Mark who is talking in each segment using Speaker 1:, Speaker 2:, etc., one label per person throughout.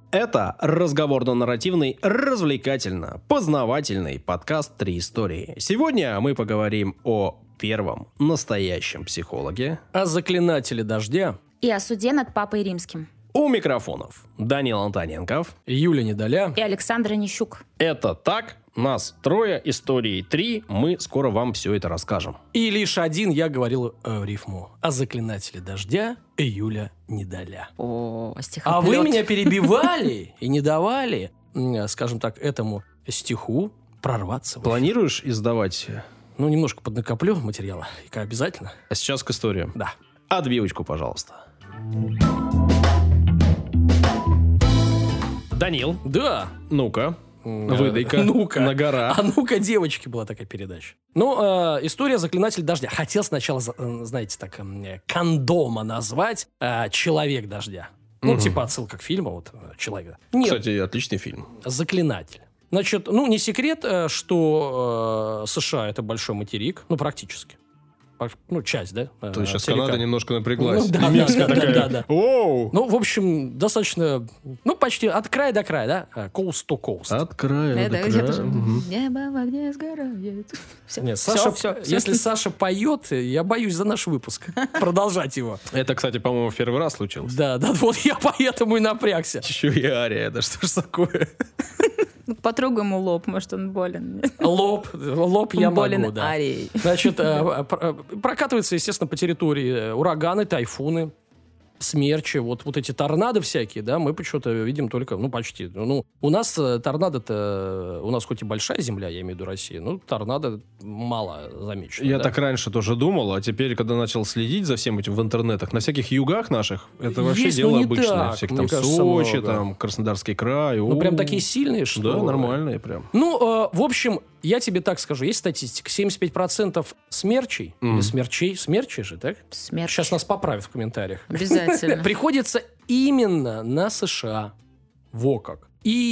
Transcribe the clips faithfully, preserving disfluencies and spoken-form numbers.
Speaker 1: Это разговорно-нарративный, развлекательно-познавательный подкаст «Три истории». Сегодня мы поговорим о первом настоящем психологе,
Speaker 2: о заклинателе дождя
Speaker 3: и о суде над Папой Римским.
Speaker 1: У микрофонов Данил Антоненков,
Speaker 2: Юля Недоля
Speaker 3: и Александр Онищук.
Speaker 1: Это так, нас трое, истории три, мы скоро вам все это расскажем.
Speaker 2: И лишь один я говорил э, рифму о заклинателе дождя и Юля Недоля.
Speaker 3: О, стихоплет.
Speaker 2: А вы меня перебивали и не давали, скажем так, этому стиху прорваться.
Speaker 1: Планируешь издавать?
Speaker 2: Ну, немножко поднакоплю материала, как обязательно.
Speaker 1: А сейчас к истории.
Speaker 2: Да.
Speaker 1: Отбивочку, пожалуйста. Данил.
Speaker 2: Да.
Speaker 1: Ну-ка. Выдай-ка.
Speaker 2: Ну-ка.
Speaker 1: На гора.
Speaker 2: А ну-ка, девочки, была такая передача. Ну, э, история «Заклинатель дождя». Хотел сначала, э, знаете, так, э, кондома назвать э, «Человек дождя». Ну, угу. Типа отсылка к фильму, вот, «Человек». Нет.
Speaker 1: Кстати, отличный фильм.
Speaker 2: «Заклинатель». Значит, ну, не секрет, что э, США – это большой материк, ну, практически. Ну, часть, да?
Speaker 1: То есть сейчас Канада немножко напряглась.
Speaker 2: Ну, да, да, да, да, да, да.
Speaker 1: Оу!
Speaker 2: Ну, в общем, достаточно, ну, почти от края до края, да? Coast to coast.
Speaker 1: От края
Speaker 3: это,
Speaker 1: до края. Это,
Speaker 3: угу. Небо в огне сгорает. Все.
Speaker 2: Нет,
Speaker 3: все,
Speaker 2: Саша,
Speaker 3: все, все.
Speaker 2: если Саша поет, я боюсь за наш выпуск. Продолжать его.
Speaker 1: Это, кстати, по-моему, в первый раз случилось.
Speaker 2: Да, да, вот я поэтому и напрягся.
Speaker 1: Еще и ария, да что ж такое?
Speaker 3: Потрогай ему лоб, может, он болен.
Speaker 2: Лоб, лоб я
Speaker 3: болен
Speaker 2: могу, да.
Speaker 3: арией.
Speaker 2: Значит, прокатываются, естественно, по территории ураганы, тайфуны, смерчи, вот, вот эти торнадо всякие, да, мы почему-то видим только, ну, почти. Ну, у нас торнадо-то, у нас хоть и большая земля, я имею в виду Россия, ну, торнадо мало замечено.
Speaker 1: Я
Speaker 2: да?
Speaker 1: так раньше тоже думал, а теперь, когда начал следить за всем этим в интернетах, на всяких югах наших, это вообще
Speaker 2: Есть,
Speaker 1: дело
Speaker 2: ну, не
Speaker 1: обычное.
Speaker 2: так,
Speaker 1: Всякие
Speaker 2: мне
Speaker 1: там
Speaker 2: кажется,
Speaker 1: Сочи,
Speaker 2: много.
Speaker 1: там, Краснодарский край.
Speaker 2: Ну, прям такие сильные, что...
Speaker 1: Да, нормальные прям.
Speaker 2: Ну, э, в общем, я тебе так скажу, есть статистика, семьдесят пять процентов смерчей, mm. или смерчей, смерчей же, так?
Speaker 3: Смерч.
Speaker 2: Сейчас нас поправят в комментариях.
Speaker 3: Обязательно.
Speaker 2: Приходится именно на США. Во как.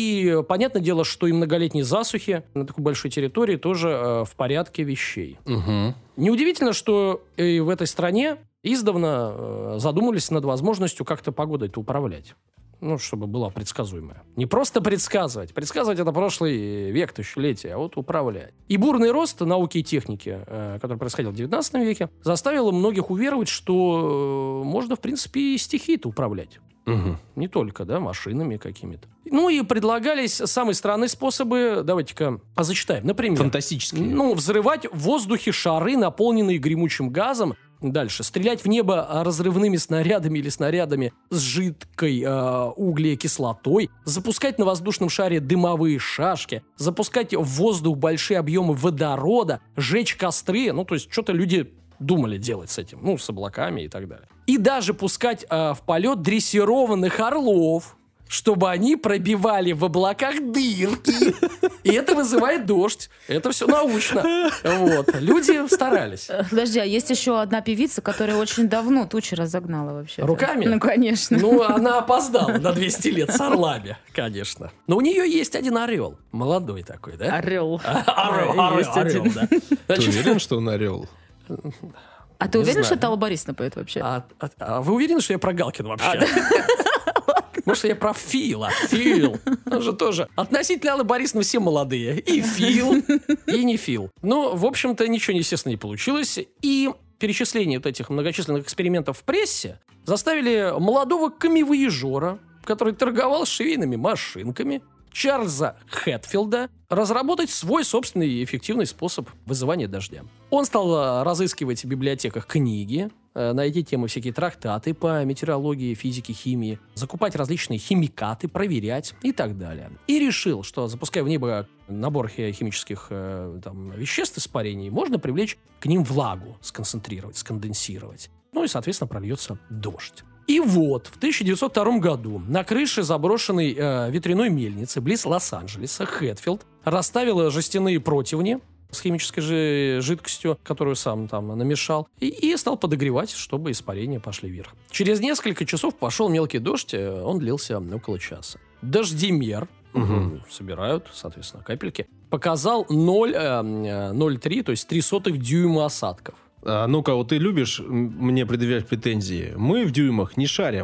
Speaker 2: И понятное дело, что и многолетние засухи на такой большой территории тоже э, в порядке вещей.
Speaker 1: Угу.
Speaker 2: Неудивительно, что и в этой стране издавна э, задумались над возможностью как-то погодой-то управлять. Ну, чтобы была предсказуемая. Не просто предсказывать. Предсказывать — это прошлый век, тысячелетия, а вот управлять. И бурный рост науки и техники, э, который происходил в девятнадцатом веке, заставил многих уверовать, что э, можно, в принципе, и стихией-то управлять.
Speaker 1: Угу.
Speaker 2: Не только, да, машинами какими-то. Ну, и предлагались самые странные способы. Давайте-ка зачитаем. Например...
Speaker 1: Фантастические.
Speaker 2: Ну, взрывать в воздухе шары, наполненные гремучим газом. Дальше. Стрелять в небо разрывными снарядами или снарядами с жидкой э, углекислотой. Запускать на воздушном шаре дымовые шашки. Запускать в воздух большие объемы водорода. Жечь костры. Ну, то есть, что-то люди думали делать с этим. Ну, с облаками и так далее. И даже пускать э, в полет дрессированных орлов, чтобы они пробивали в облаках дырки. И это вызывает дождь. Это все научно. Вот. Люди старались.
Speaker 3: Подожди, а есть еще одна певица, которая очень давно тучи разогнала вообще.
Speaker 2: Руками?
Speaker 3: Ну, конечно.
Speaker 2: Ну, она опоздала на двести лет с орлами, конечно. Но у нее есть один орел. Молодой такой, да?
Speaker 3: Орел.
Speaker 2: Орел, орел, орел, да.
Speaker 1: Ты уверен, что он орел?
Speaker 3: А ты
Speaker 2: Не
Speaker 3: уверен,
Speaker 2: знаю.
Speaker 3: что Алла Борисовна поет вообще?
Speaker 2: А, а- а вы уверены, что я про Галкина вообще?
Speaker 3: А, да.
Speaker 2: Может, я про Фила. Фил. Он же тоже. Относительно Аллы Борисовны все молодые. И Фил, и не Фил. Ну, в общем-то, ничего, естественно, не получилось. И перечисление вот этих многочисленных экспериментов в прессе заставили молодого камевояжера, который торговал швейными машинками, Чарльза Хэтфилда, разработать свой собственный эффективный способ вызывания дождя. Он стал а, разыскивать в библиотеках книги, а, на эти темы всякие трактаты по метеорологии, физике, химии, закупать различные химикаты, проверять и так далее. И решил, что, запуская в небо набор хи- химических э, там, веществ, испарений, можно привлечь к ним влагу, сконцентрировать, сконденсировать. Ну и, соответственно, прольется дождь. И вот, в тысяча девятьсот втором году на крыше заброшенной э, ветряной мельницы близ Лос-Анджелеса Хэтфилд расставил жестяные противни с химической же жидкостью, которую сам там намешал, и, и стал подогревать, чтобы испарения пошли вверх. Через несколько часов пошел мелкий дождь, он длился около часа. Дождемер, угу. собирают, соответственно, капельки, показал ноль целых три, то есть три сотых дюйма осадков.
Speaker 1: А ну-ка, вот ты любишь мне предъявлять претензии? Мы в дюймах не шарим.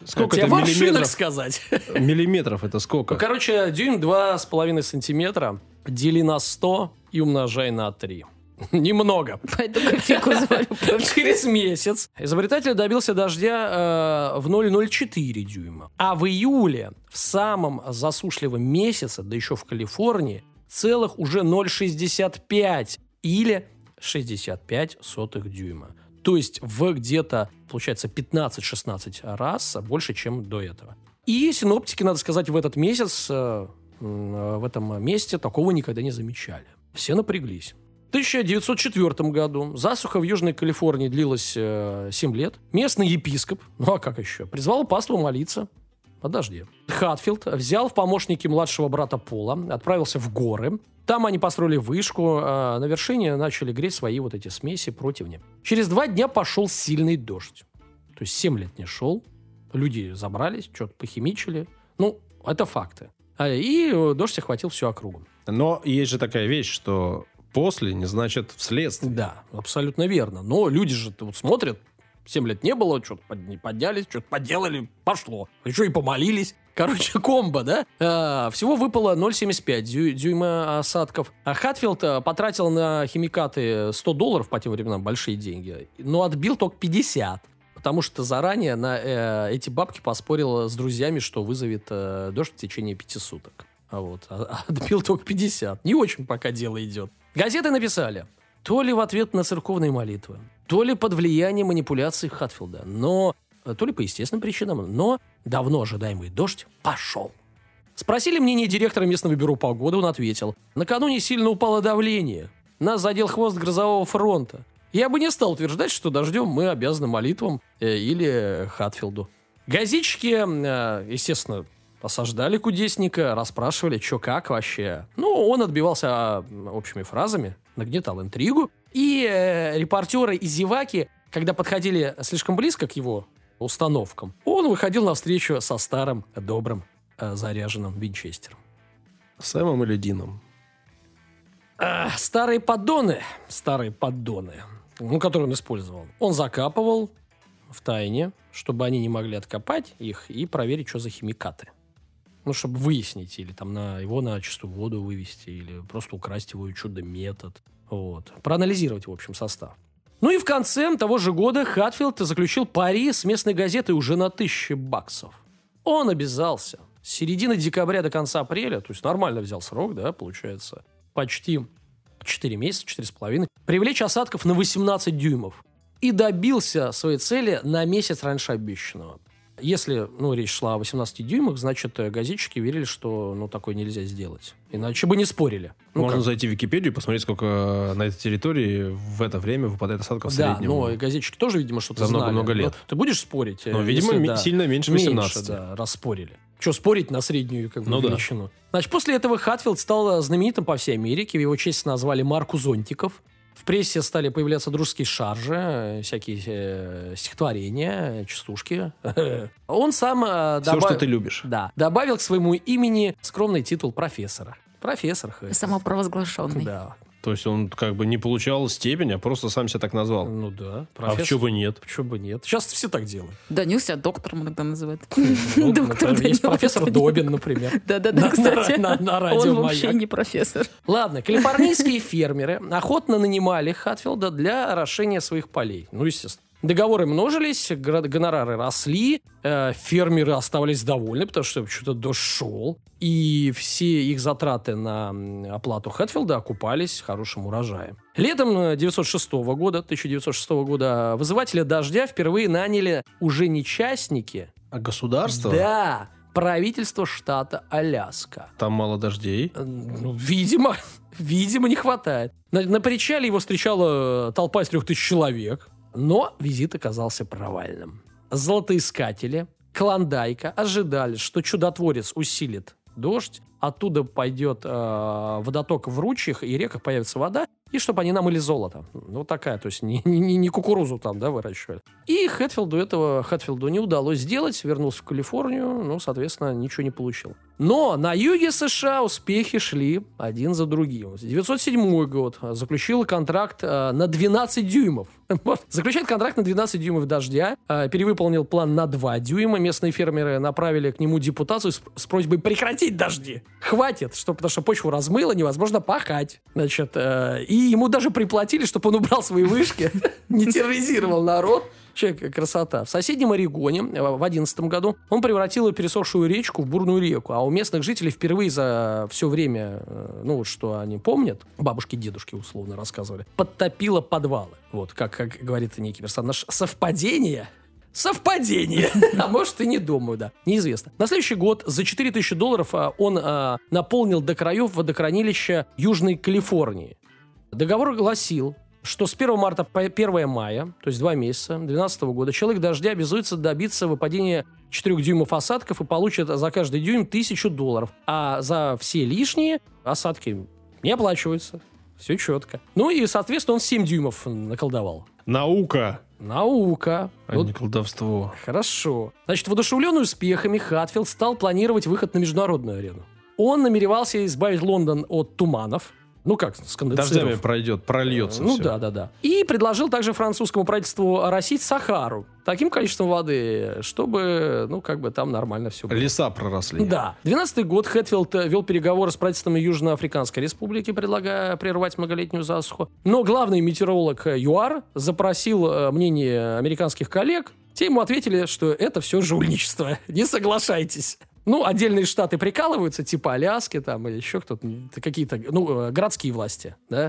Speaker 1: Сколько
Speaker 2: Тебе
Speaker 1: это
Speaker 2: в аршинах
Speaker 1: миллиметров?
Speaker 2: сказать.
Speaker 1: Миллиметров это
Speaker 2: Ну,
Speaker 1: сколько?
Speaker 2: короче, дюйм два с половиной сантиметра, дели на сто и умножай на три. Немного.
Speaker 3: Пойду кофейку заварю.
Speaker 2: Через месяц изобретатель добился дождя э, в ноль целых ноль четыре дюйма. А в июле, в самом засушливом месяце, да еще в Калифорнии, целых уже ноль целых шестьдесят пять или шестьдесят пять сотых дюйма. То есть в где-то, получается, пятнадцать-шестнадцать раз больше, чем до этого. И синоптики, надо сказать, в этот месяц, э, э, в этом месте такого никогда не замечали. Все напряглись. В тысяча девятьсот четвёртом году засуха в Южной Калифорнии длилась э, семь лет. Местный епископ, ну а как еще, призвал паству молиться о дожде. Хатфилд взял в помощники младшего брата Пола, отправился в горы. Там они построили вышку, а на вершине начали греть свои вот эти смеси, противни. Через два дня пошел сильный дождь. То есть семь лет не шел. Люди забрались, что-то похимичили. Ну, это факты. А, И дождь охватил всю округу.
Speaker 1: Но есть же такая вещь, что после не значит вследствие.
Speaker 2: Да, абсолютно верно. Но люди же вот смотрят, семь лет не было, что-то под- не поднялись, что-то поделали, пошло. Еще и помолились. Короче, комбо, да? А, всего выпало ноль целых семьдесят пять дю- дюйма осадков. А Хатфилд а, потратил на химикаты сто долларов по тем временам, большие деньги. Но отбил только пятьдесят. Потому что заранее на э, эти бабки поспорил с друзьями, что вызовет э, дождь в течение пяти суток. А вот, а, отбил только пятьдесят. Не очень пока дело идет. Газеты написали, то ли в ответ на церковные молитвы, то ли под влиянием манипуляций Хатфилда, но то ли по естественным причинам, но давно ожидаемый дождь пошел. Спросили мнение директора местного бюро погоды, он ответил, накануне сильно упало давление, нас задел хвост грозового фронта. Я бы не стал утверждать, что дождем мы обязаны молитвам э, или Хатфилду. Газетчики, э, естественно, осаждали кудесника, расспрашивали, что как вообще. Ну, он отбивался общими фразами, нагнетал интригу. И э, репортеры и зеваки, когда подходили слишком близко к его установкам, он выходил навстречу со старым, добрым, э, заряженным винчестером.
Speaker 1: Сэмом или Дином?
Speaker 2: А, старые поддоны, старые поддоны, ну, которые он использовал, он закапывал в тайне, чтобы они не могли откопать их и проверить, что за химикаты. Ну, чтобы выяснить, или там на его на чистую воду вывести, или просто украсть его чудо-метод. Вот. Проанализировать, в общем, состав. Ну и в конце того же года Хатфилд заключил пари с местной газетой уже на тысячи баксов. Он обязался с середины декабря до конца апреля, то есть нормально взял срок, да, получается, почти четыре месяца, четыре с половиной, привлечь осадков на восемнадцать дюймов. И добился своей цели на месяц раньше обещанного. Если, ну, речь шла о восемнадцати дюймах, значит, газетчики верили, что, ну, такое нельзя сделать. Иначе бы не спорили. Ну,
Speaker 1: Можно
Speaker 2: как?
Speaker 1: зайти в Википедию и посмотреть, сколько на этой территории в это время выпадает осадков в
Speaker 2: Да,
Speaker 1: среднем.
Speaker 2: но и газетчики тоже, видимо, что-то
Speaker 1: За
Speaker 2: знали.
Speaker 1: много-много лет.
Speaker 2: Но ты будешь спорить?
Speaker 1: Но,
Speaker 2: э,
Speaker 1: видимо,
Speaker 2: если,
Speaker 1: ми-
Speaker 2: да,
Speaker 1: сильно меньше восемнадцати.
Speaker 2: Меньше, да, расспорили. Что спорить на среднюю, как бы,
Speaker 1: Ну да.
Speaker 2: величину? Значит, после этого Хатфилд стал знаменитым по всей Америке. В его честь назвали марку зонтиков. В прессе стали появляться дружеские шаржи, э, всякие э, стихотворения, э, частушки. Он сам э,
Speaker 1: Все,
Speaker 2: доба-
Speaker 1: что ты любишь.
Speaker 2: Да, добавил к своему имени скромный титул профессора. Профессор Хатфилд.
Speaker 3: Самопровозглашенный.
Speaker 2: Да.
Speaker 1: То есть он как бы не получал степень, а просто сам себя так назвал.
Speaker 2: Ну да.
Speaker 1: А
Speaker 2: Профессор.
Speaker 1: почему бы нет?
Speaker 2: Почему бы нет? Сейчас все так делают.
Speaker 3: Данил себя доктором иногда называют.
Speaker 2: Ну,
Speaker 3: Доктор
Speaker 2: например, есть
Speaker 3: Данил.
Speaker 2: профессор Добин, например.
Speaker 3: Да-да-да,
Speaker 2: На-
Speaker 3: кстати.
Speaker 2: на- на радио
Speaker 3: Он вообще
Speaker 2: «Маяк».
Speaker 3: не профессор.
Speaker 2: Ладно, калифорнийские фермеры охотно нанимали Хатфилда для орошения своих полей. Ну, естественно. Договоры множились, гра- гонорары росли, э, фермеры оставались довольны, потому что что-то дождь шел, и все их затраты на м, оплату Хатфилда окупались хорошим урожаем. Летом девятьсот шестого года, тысяча девятьсот шестого года вызывателя дождя впервые наняли уже не частники,
Speaker 1: А государство?
Speaker 2: да, правительство штата Аляска.
Speaker 1: Там мало дождей.
Speaker 2: Ну, видимо, видимо, не хватает. На, на причале его встречала толпа из трех тысяч человек, но визит оказался провальным. Золотоискатели, Клондайка ожидали, что чудотворец усилит дождь, оттуда пойдет э, водоток в ручьях и реках появится вода, и чтобы они намыли золото. Ну, вот такая, то есть не, не, не кукурузу там, да, выращивали. И Хэтфилду этого Хэтфилду не удалось сделать, вернулся в Калифорнию, ну, соответственно, ничего не получил. Но на юге США успехи шли один за другим. девятьсот седьмой год заключил контракт э, на двенадцать дюймов Заключает контракт на двенадцать дюймов дождя, перевыполнил план на два дюйма. Местные фермеры направили к нему депутацию с, с просьбой прекратить дожди. Хватит, что, потому что почву размыло, невозможно пахать. Значит, э, и ему даже приплатили, чтобы он убрал свои вышки, не терроризировал народ. Человек, красота. В соседнем Орегоне в одиннадцатом году он превратил пересохшую речку в бурную реку. А у местных жителей впервые за все время, ну, вот что они помнят, бабушки, дедушки условно рассказывали, подтопило подвалы. Вот, как, как говорит некий персонаж, совпадение... Совпадение. А может, и не думаю, да. Неизвестно. На следующий год за четыре тысячи долларов он а, наполнил до краев водохранилище Южной Калифорнии. Договор гласил, что с первого марта по первое мая, то есть два месяца, две тысячи двенадцатого года, человек дождя обязуется добиться выпадения четырех дюймов осадков и получит за каждый дюйм тысячу долларов. А за все лишние осадки не оплачиваются. Все четко. Ну и, соответственно, он семь дюймов наколдовал.
Speaker 1: Наука.
Speaker 2: Наука.
Speaker 1: А вот. Не колдовство.
Speaker 2: Хорошо. Значит, воодушевленный успехами, Хатфилд стал планировать выход на международную арену. Он намеревался избавить Лондон от туманов. Ну как, сконденсировав.
Speaker 1: Дождями пройдет, прольется
Speaker 2: Ну
Speaker 1: все.
Speaker 2: да, да, да. И предложил также французскому правительству оросить Сахару таким количеством воды, чтобы, ну, как бы там нормально все было.
Speaker 1: Леса проросли.
Speaker 2: Да. двенадцатый год Хэтфилд вел переговоры с правительством Южноафриканской республики, предлагая прервать многолетнюю засуху. Но главный метеоролог ЮАР запросил мнение американских коллег. Те ему ответили, что это все жульничество. Не соглашайтесь. Ну, отдельные штаты прикалываются, типа Аляски, там, и еще кто-то, какие-то, ну, городские власти, да.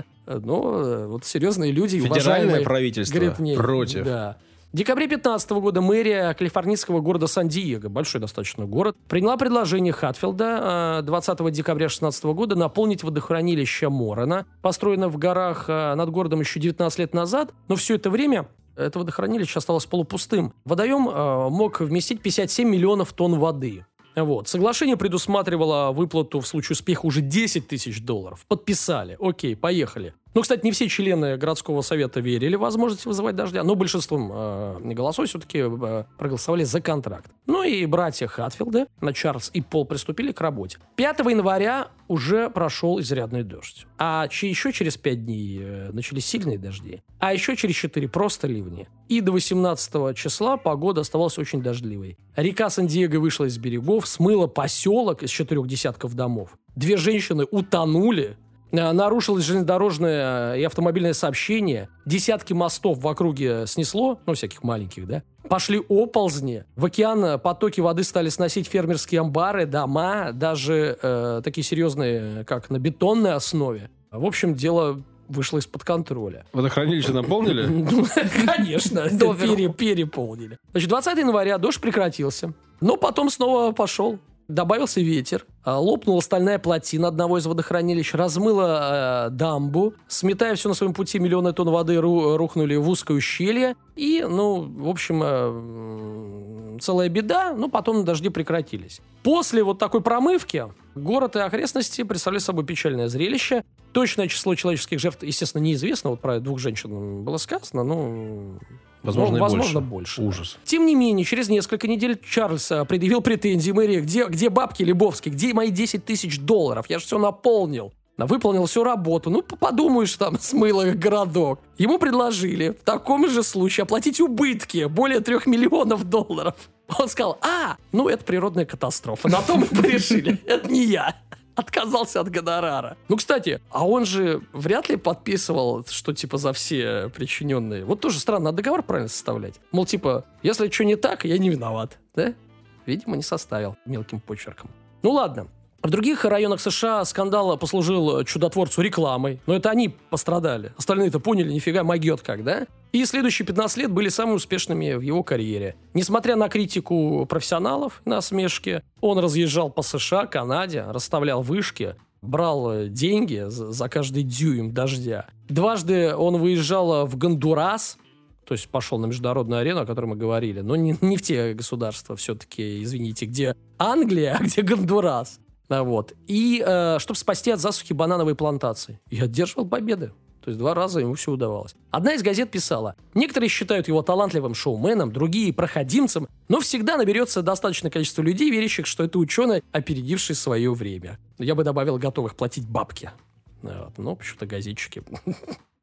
Speaker 2: Но вот серьезные люди,
Speaker 1: федеральное правительство
Speaker 2: говорят, нет,
Speaker 1: против.
Speaker 2: Да. В декабре пятнадцатого года мэрия калифорнийского города Сан-Диего, большой достаточно город, приняла предложение Хатфилда двадцатого декабря шестнадцатого года наполнить водохранилище Морена, построенное в горах над городом еще девятнадцать лет назад, но все это время это водохранилище осталось полупустым. Водоем э, мог вместить пятьдесят семь миллионов тонн воды. Вот. Соглашение предусматривало выплату в случае успеха уже десять тысяч долларов. Подписали. Окей, поехали. Ну, кстати, не все члены городского совета верили в возможность вызывать дождя, но большинством э, голосов все-таки э, проголосовали за контракт. Ну и братья Хатфилды, Чарльз и Пол, приступили к работе. пятого января уже прошел изрядный дождь. А еще через пять дней э, начались сильные дожди. А еще через четыре просто ливни. И до восемнадцатого числа погода оставалась очень дождливой. Река Сан-Диего вышла из берегов, смыла поселок из четырех десятков домов. Две женщины утонули. Нарушилось железнодорожное и автомобильное сообщение. Десятки мостов в округе снесло, ну, всяких маленьких, да. Пошли оползни. В океан потоки воды стали сносить фермерские амбары, дома, даже э, такие серьезные, как на бетонной основе. В общем, дело вышло из-под контроля.
Speaker 1: Водохранилище наполнили?
Speaker 2: Конечно, переполнили. Значит, двадцатого января дождь прекратился, но потом снова пошел. Добавился ветер, лопнула стальная плотина одного из водохранилищ, размыла э, дамбу, сметая все на своем пути, миллионы тонн воды ру- рухнули в узкое ущелье. И, ну, в общем, э, целая беда, но потом дожди прекратились. После вот такой промывки город и окрестности представляли собой печальное зрелище. Точное число человеческих жертв, естественно, неизвестно. Вот про двух женщин было сказано, но...
Speaker 1: Возможно,
Speaker 2: ну, возможно
Speaker 1: больше.
Speaker 2: больше.
Speaker 1: Ужас.
Speaker 2: Тем не менее, через несколько недель Чарльз предъявил претензии мэрии. Где, где бабки Лебовские? Где мои десять тысяч долларов? Я же все наполнил. Выполнил всю работу. Ну, подумаешь, там, смыло городок. Ему предложили в таком же случае оплатить убытки более трех миллионов долларов. Он сказал, а, ну, это природная катастрофа. На том мы порешили. Это не я. Отказался от гонорара. Ну, кстати, а он же вряд ли подписывал, что, типа, за все причиненные. Вот тоже странно, надо договор правильно составлять. Мол, типа, если что не так, я не виноват. Да? Видимо, не составил мелким почерком. Ну, ладно. В других районах США скандал послужил чудотворцу рекламой. Но это они пострадали. Остальные-то поняли, нифига, могет как, да? И следующие пятнадцать лет были самыми успешными в его карьере. Несмотря на критику профессионалов, насмешки, он разъезжал по США, Канаде, расставлял вышки, брал деньги за каждый дюйм дождя. Дважды он выезжал в Гондурас, то есть пошел на международную арену, о которой мы говорили, но не, не в те государства все-таки, извините, где Англия, а где Гондурас. Вот. И э, чтобы спасти от засухи банановые плантации. И одерживал победы. То есть два раза ему все удавалось. Одна из газет писала: некоторые считают его талантливым шоуменом, другие — проходимцем, но всегда наберется достаточное количество людей, верящих, что это ученый, опередивший свое время. Я бы добавил, готовых платить бабки. Вот. Но почему-то газетчики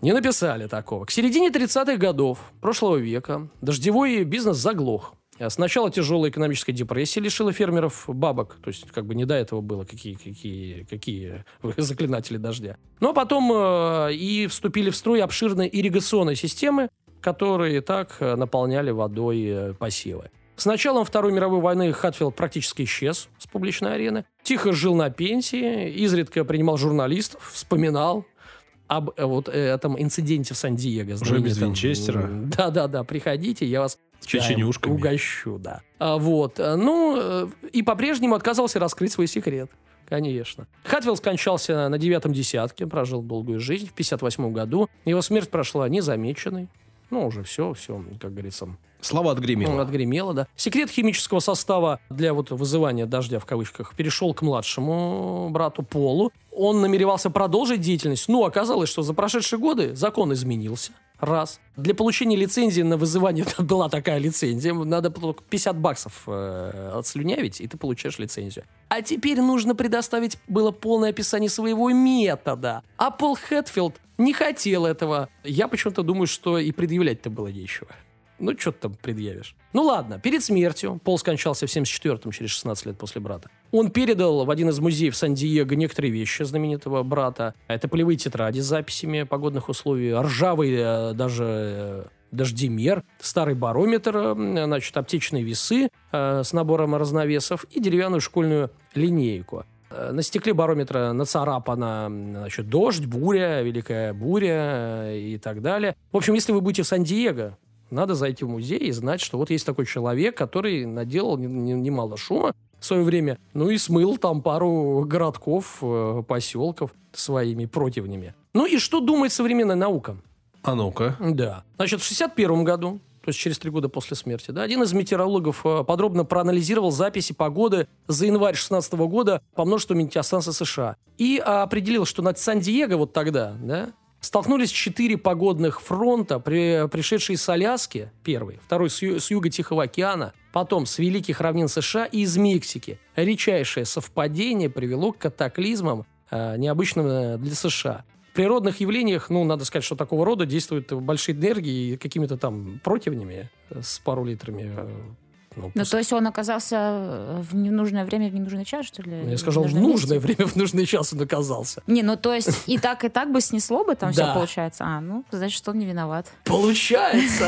Speaker 2: Не написали такого. К середине тридцатых годов прошлого века дождевой бизнес заглох. Сначала тяжелая экономическая депрессия лишила фермеров бабок. То есть, как бы не до этого было, какие, какие, какие заклинатели дождя. Ну, а потом э, и вступили в строй обширные ирригационные системы, которые так наполняли водой э, посевы. С началом Второй мировой войны Хэтфилд практически исчез с публичной арены. Тихо жил на пенсии, изредка принимал журналистов, вспоминал об э, вот этом инциденте в Сан-Диего.
Speaker 1: Уже без Винчестера.
Speaker 2: Да-да-да, приходите, я вас
Speaker 1: с печенюшками
Speaker 2: угощу, да. А, вот, ну, и по-прежнему отказался раскрыть свой секрет. Конечно. Хэтфилд скончался на девятом десятке, прожил долгую жизнь в пятьдесят восьмом году. Его смерть прошла незамеченной. Ну, уже все, все, как говорится...
Speaker 1: Слава отгремела.
Speaker 2: Отгремела, да. Секрет химического состава для вот вызывания дождя, в кавычках, перешел к младшему брату Полу. Он намеревался продолжить деятельность, но оказалось, что за прошедшие годы закон изменился. Раз. Для получения лицензии на вызывание, была такая лицензия, надо только пятьдесят баксов э, отслюнявить, и ты получаешь лицензию. А теперь нужно предоставить было полное описание своего метода. А Пол Хэтфилд не хотел этого. Я почему-то думаю, что и предъявлять-то было нечего. Ну, что ты там предъявишь? Ну, ладно. Перед смертью, Пол скончался в семьдесят четвёртом, через шестнадцать лет после брата, он передал в один из музеев Сан-Диего некоторые вещи знаменитого брата. Это полевые тетради с записями погодных условий, ржавый э, даже э, дождемер, старый барометр, э, значит, аптечные весы э, с набором разновесов и деревянную школьную линейку. На стекле барометра нацарапано, значит, дождь, буря, великая буря и так далее. В общем, если вы будете в Сан-Диего, надо зайти в музей и знать, что вот есть такой человек, который наделал немало шума в свое время, ну и смыл там пару городков, поселков своими противнями. Ну и что думает современная наука?
Speaker 1: А ну-ка.
Speaker 2: Да. Значит, в шестьдесят первом году, то есть через три года после смерти, да, один из метеорологов подробно проанализировал записи погоды за январь шестнадцатого года по множеству метеостанций США и определил, что над Сан-Диего вот тогда, да, столкнулись четыре погодных фронта, при, пришедшие с Аляски, первый, второй с, ю, с юга Тихого океана, потом с Великих равнин США и из Мексики. Редчайшее совпадение привело к катаклизмам, э, необычным для США. В природных явлениях, ну, надо сказать, что такого рода действуют большие энергии какими-то там противнями с пару литрами. Э, ну,
Speaker 3: ну, то есть он оказался в ненужное время, в ненужный час, что ли?
Speaker 2: Я сказал, в нужное месте? время, в нужный час он оказался.
Speaker 3: Не, ну, то есть и так, и так бы снесло бы там
Speaker 2: да.
Speaker 3: все, получается. А, ну, значит, что он не виноват.
Speaker 2: Получается!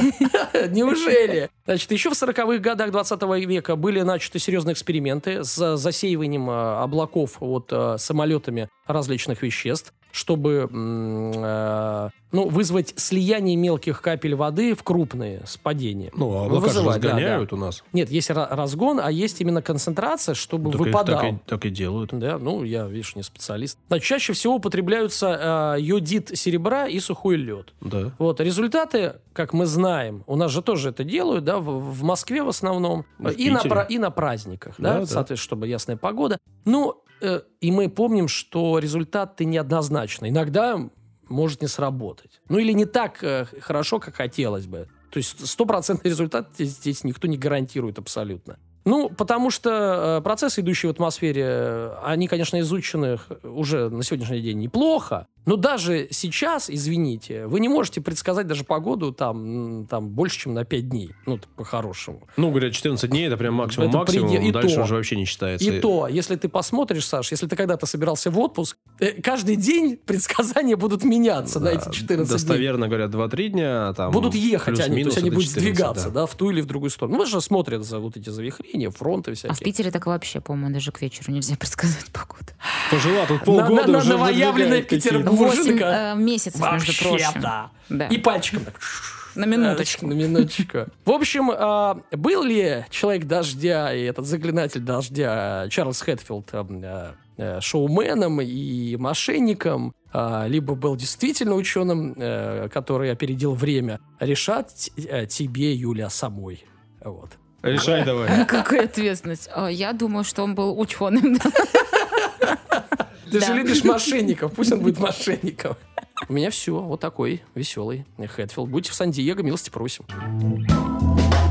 Speaker 2: Неужели? Значит, еще в сороковых годах двадцатого века были начаты серьезные эксперименты с засеиванием облаков вот самолетами различных веществ, чтобы э, ну, вызвать слияние мелких капель воды в крупные с падением.
Speaker 1: Ну, а облака же разгоняют да, да. у нас.
Speaker 2: Нет, есть разгон, а есть именно концентрация, чтобы
Speaker 1: так
Speaker 2: выпадал.
Speaker 1: Так и, так и делают.
Speaker 2: Да, ну, я, видишь, не специалист. Значит, чаще всего употребляются э, йодид серебра и сухой лед.
Speaker 1: Да.
Speaker 2: Вот, результаты, как мы знаем, у нас же тоже это делают, да, в, в Москве в основном,
Speaker 1: в
Speaker 2: и, на, и на праздниках, да, да, соответственно, да. чтобы ясная погода. Ну, э, и мы помним, что результаты неоднозначны. Иногда может не сработать. Ну, или не так э, хорошо, как хотелось бы. То есть стопроцентный результат здесь никто не гарантирует абсолютно. Ну, потому что э, процессы, идущие в атмосфере, они, конечно, изучены уже на сегодняшний день неплохо, но даже сейчас, извините, вы не можете предсказать даже погоду там, там больше, чем на пять дней. Ну, по-хорошему.
Speaker 1: Ну, говорят, четырнадцать дней, это прям максимум-максимум,
Speaker 2: максимум,
Speaker 1: дальше
Speaker 2: то,
Speaker 1: уже вообще не считается.
Speaker 2: И то, если ты посмотришь, Саш, если ты когда-то собирался в отпуск, э, каждый день предсказания будут меняться да, на эти четырнадцать
Speaker 1: достоверно
Speaker 2: дней.
Speaker 1: говорят, два-три дня. Там
Speaker 2: будут ехать они, то есть они будут сдвигаться,
Speaker 1: да.
Speaker 2: да, в ту или в другую сторону. Ну, вы же смотрят за вот эти завихрения, фронты всякие.
Speaker 3: А в Питере так вообще, по-моему, даже к вечеру нельзя предсказать погоду.
Speaker 1: Пожила тут полгода
Speaker 2: на,
Speaker 1: уже.
Speaker 2: На новоявленной Петербурженко.
Speaker 3: Месяцев, между прочим.
Speaker 2: Да. И пальчиком.
Speaker 3: На минуточку.
Speaker 2: На минуточку. В общем, был ли человек дождя и этот заклинатель дождя Чарльз Хэтфилд шоуменом и мошенником, либо был действительно ученым, который опередил время, решать тебе, Юля, самой. Вот.
Speaker 1: Решай давай.
Speaker 3: Какая ответственность? Я думаю, что он был ученым.
Speaker 2: Ты же любишь мошенников, пусть он будет мошенником. У меня все, вот такой веселый Хэтфилд. Будьте в Сан-Диего, милости просим.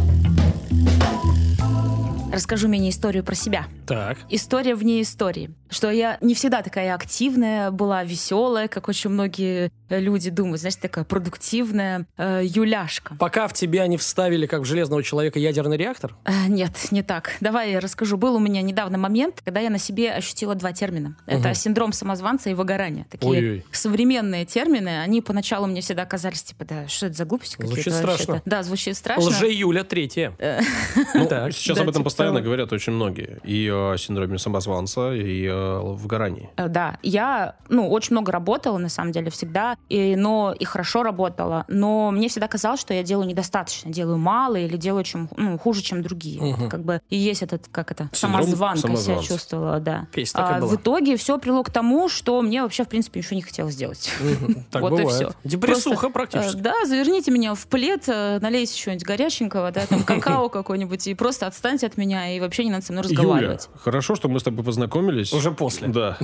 Speaker 3: Расскажу мини-историю про себя.
Speaker 2: Так.
Speaker 3: История вне истории. что я не всегда такая активная была, веселая, как очень многие люди думают, знаете, такая продуктивная э, юляшка.
Speaker 2: Пока в тебя не вставили, как в Железного человека, ядерный реактор?
Speaker 3: Э, нет, не так. Давай я расскажу. Был у меня недавно момент, когда я на себе ощутила два термина. Угу. Это синдром самозванца и выгорание. Такие Ой-ой. современные термины. Они поначалу мне всегда казались, типа, да, что это за глупости какие-то?
Speaker 2: Звучит страшно.
Speaker 3: Да, звучит страшно.
Speaker 2: Лже-Юля третья.
Speaker 1: Сейчас об этом постоянно говорят очень многие. И о синдроме самозванца, и о выгорании.
Speaker 3: Да. Я, ну, очень много работала, на самом деле, всегда. И, но и хорошо работала. Но мне всегда казалось, что я делаю недостаточно. Делаю мало или делаю чем, ну, хуже, чем другие. Угу. Как бы и есть этот, как это,
Speaker 1: синдром
Speaker 3: самозванка себя чувствовала, да.
Speaker 2: Песня такая
Speaker 3: а,
Speaker 2: была.
Speaker 3: В итоге все привело к тому, что мне вообще, в принципе, ничего не хотелось делать.
Speaker 2: Так
Speaker 3: вот
Speaker 2: бывает.
Speaker 3: И все.
Speaker 2: Депрессуха практически.
Speaker 3: Да, заверните меня в плед, налейте чего-нибудь горяченького, да, там какао какой-нибудь, и просто отстаньте от меня, и вообще не надо со мной разговаривать.
Speaker 1: Юля, хорошо, что мы с тобой познакомились.
Speaker 2: Уже после.
Speaker 1: Да.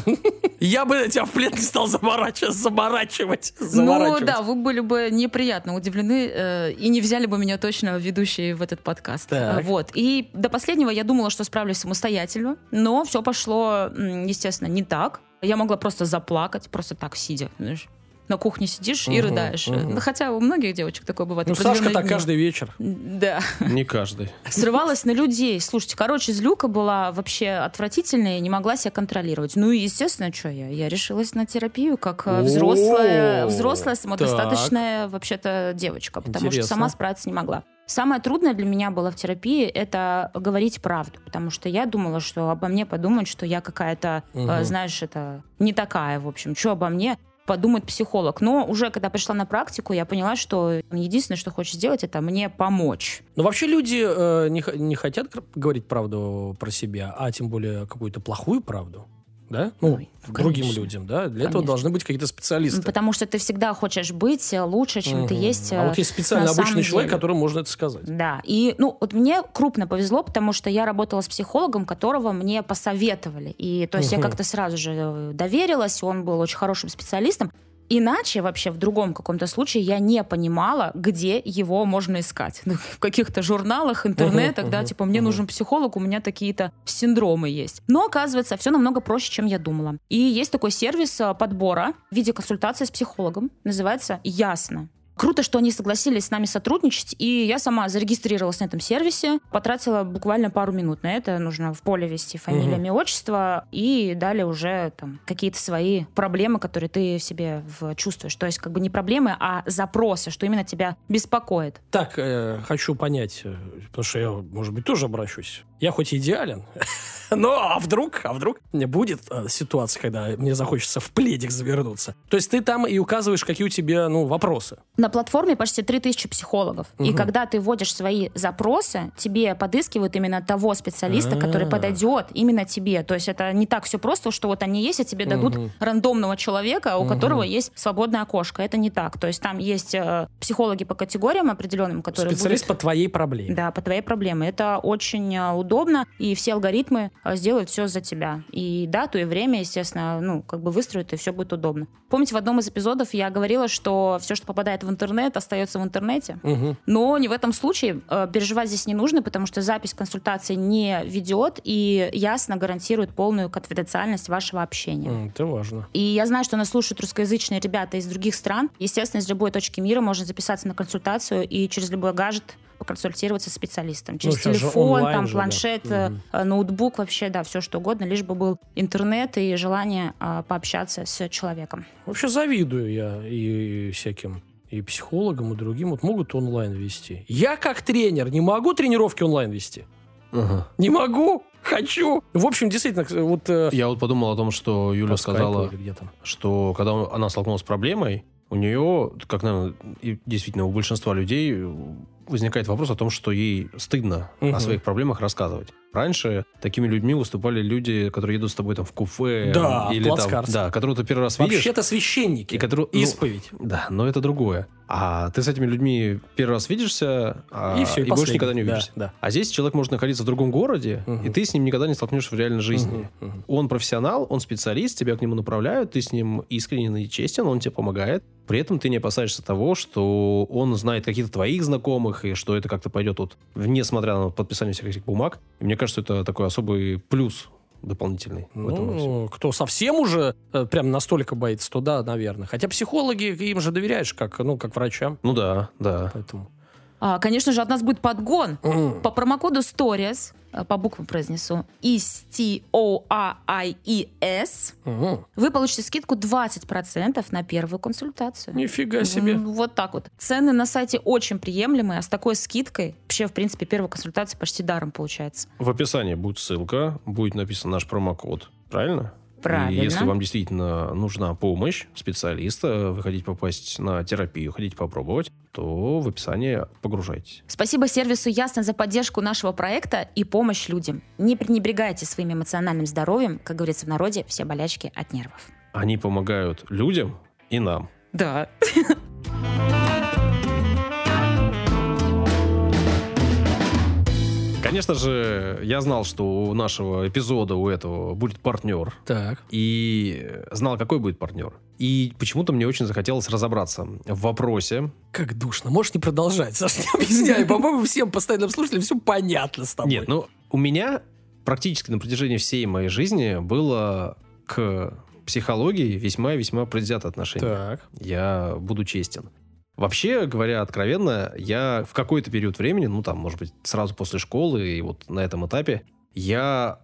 Speaker 2: Я бы тебя в плед не стал заморачивать. Заморачивать.
Speaker 3: Ну да, вы были бы неприятно удивлены э, и не взяли бы меня точно ведущей в этот подкаст.
Speaker 2: Так.
Speaker 3: Вот. И до последнего я думала, что справлюсь самостоятельно, но все пошло, естественно, не так. Я могла просто заплакать, просто так сидя, знаешь. На кухне сидишь и
Speaker 2: угу,
Speaker 3: рыдаешь.
Speaker 2: Угу.
Speaker 3: Ну, хотя у многих девочек такое бывает.
Speaker 2: Ну, Сашка так каждый вечер.
Speaker 3: Да.
Speaker 1: Не каждый.
Speaker 3: Срывалась на людей. Слушайте, короче, злюка была вообще отвратительная, и не могла себя контролировать. Ну и, естественно, что я? Я решилась на терапию, как взрослая, взрослая самодостаточная, вообще-то, девочка, потому что сама справиться не могла. Самое трудное для меня было в терапии — это говорить правду, потому что я думала, что обо мне подумают, что я какая-то, угу. знаешь, это не такая, в общем, что обо мне подумает психолог. Но уже когда пришла на практику, я поняла, что единственное, что хочет сделать, это мне помочь.
Speaker 2: Но вообще люди э, не, не хотят говорить правду про себя, а тем более какую-то плохую правду. Да? Ну, Ой, другим конечно. людям, да? Для конечно. этого должны быть какие-то специалисты.
Speaker 3: Потому что ты всегда хочешь быть лучше, чем угу. ты есть.
Speaker 2: А вот есть специально обычный человек, которому можно это сказать.
Speaker 3: Да. И, ну, вот мне крупно повезло, потому что я работала с психологом, которого мне посоветовали. И, то есть, угу. я как-то сразу же доверилась, он был очень хорошим специалистом. Иначе вообще в другом каком-то случае я не понимала, где его можно искать. Ну, в каких-то журналах, интернетах, uh-huh, да, uh-huh, типа мне uh-huh. нужен психолог, у меня такие-то синдромы есть. Но оказывается, все намного проще, чем я думала. И есть такой сервис подбора в виде консультации с психологом. Называется «Ясно». Круто, что они согласились с нами сотрудничать, и я сама зарегистрировалась на этом сервисе, потратила буквально пару минут на это, нужно в поле ввести фамилия, имя, угу. отчество, и далее уже там какие-то свои проблемы, которые ты в себе в чувствуешь. То есть как бы не проблемы, а запросы, что именно тебя беспокоит.
Speaker 2: Так, э, хочу понять, потому что я, может быть, тоже обращусь. Я хоть идеален, но а вдруг, а вдруг мне будет э, ситуация, когда мне захочется в пледик завернуться. То есть ты там и указываешь, какие у тебя, ну, вопросы.
Speaker 3: На платформе почти три тысячи психологов. Угу. И когда ты вводишь свои запросы, тебе подыскивают именно того специалиста, А-а-а. который подойдет именно тебе. То есть это не так все просто, что вот они есть, а тебе угу. дадут рандомного человека, у угу. которого есть свободное окошко. Это не так. То есть там есть э, психологи по категориям определенным, которые
Speaker 2: Специалист
Speaker 3: будут...
Speaker 2: по твоей проблеме.
Speaker 3: Да, по твоей проблеме. Это очень э, удобно, и все алгоритмы э, сделают все за тебя. И дату, и время, естественно, ну, как бы выстроят, и все будет удобно. Помните, в одном из эпизодов я говорила, что все, что попадает в интернет, остается в интернете. Угу. Но не в этом случае. Э, переживать здесь не нужно, потому что запись консультации не ведет и ясно гарантирует полную конфиденциальность вашего общения.
Speaker 2: Это важно.
Speaker 3: И я знаю, что нас слушают русскоязычные ребята из других стран. Естественно, из любой точки мира можно записаться на консультацию и через любой гаджет поконсультироваться с специалистом. Через ну, телефон, там, же, планшет, да. э, ноутбук, вообще, да, все что угодно, лишь бы был интернет и желание э, пообщаться с человеком.
Speaker 2: Вообще завидую я и всяким и психологам, и другим. Вот могут онлайн вести. Я как тренер не могу тренировки онлайн вести. Ага. Не могу. Хочу. В общем, действительно, вот... Э,
Speaker 1: я вот подумал о том, что Юля сказала, что когда она столкнулась с проблемой, у нее, как, наверное, и действительно у большинства людей возникает вопрос о том, что ей стыдно угу. о своих проблемах рассказывать. Раньше такими людьми выступали люди, которые едут с тобой там в кафе.
Speaker 2: Да,
Speaker 1: или там, да, которых ты первый раз видишь.
Speaker 2: Вообще-то священники.
Speaker 1: И которые,
Speaker 2: исповедь.
Speaker 1: Ну, да, но это другое. А ты с этими людьми первый раз видишься, а,
Speaker 2: и, все, и,
Speaker 1: и больше никогда не увидишься.
Speaker 2: Да, да.
Speaker 1: А здесь человек может находиться в другом городе, угу. и ты с ним никогда не столкнешься в реальной жизни. Угу, угу. Он профессионал, он специалист, тебя к нему направляют, ты с ним искренен и честен, он тебе помогает. При этом ты не опасаешься того, что он знает каких-то твоих знакомых, и что это как-то пойдет вот, несмотря на подписание всех этих бумаг. И мне кажется, это такой особый плюс дополнительный
Speaker 2: Ну,
Speaker 1: в этом вопросе.
Speaker 2: кто совсем уже э, прям настолько боится, то да, наверное. Хотя психологи, им же доверяешь, как, ну, как врачам.
Speaker 1: Ну да, да.
Speaker 2: Поэтому...
Speaker 3: А, конечно же, от нас будет подгон.
Speaker 2: Mm.
Speaker 3: По промокоду Stories, по буквам произнесу, эс ти о ай и эс,
Speaker 2: Mm.
Speaker 3: вы получите скидку двадцать процентов на первую консультацию.
Speaker 2: Нифига себе.
Speaker 3: М, Вот так вот. Цены на сайте очень приемлемые, а с такой скидкой вообще, в принципе, первая консультация почти даром получается.
Speaker 1: В описании будет ссылка, будет написан наш промокод. Правильно?
Speaker 3: Правильно.
Speaker 1: И если вам действительно нужна помощь специалиста, вы хотите попасть на терапию, хотите попробовать, то в описании погружайтесь.
Speaker 3: Спасибо сервису Ясно за поддержку нашего проекта и помощь людям. Не пренебрегайте своим эмоциональным здоровьем. Как говорится в народе, все болячки от нервов.
Speaker 1: Они помогают людям и нам.
Speaker 3: Да.
Speaker 1: Конечно же, я знал, что у нашего эпизода, у этого, будет партнер.
Speaker 2: Так.
Speaker 1: И знал, какой будет партнер. И почему-то мне очень захотелось разобраться в вопросе.
Speaker 2: Как душно. Можешь не продолжать, Саша, не объясняй. По-моему, всем постоянным слушателям все понятно с тобой.
Speaker 1: Нет, ну, у меня практически на протяжении всей моей жизни было к психологии весьма-весьма предвзятое отношение.
Speaker 2: Так.
Speaker 1: Я буду честен. Вообще, говоря откровенно, я в какой-то период времени, ну, там, может быть, сразу после школы и вот на этом этапе, я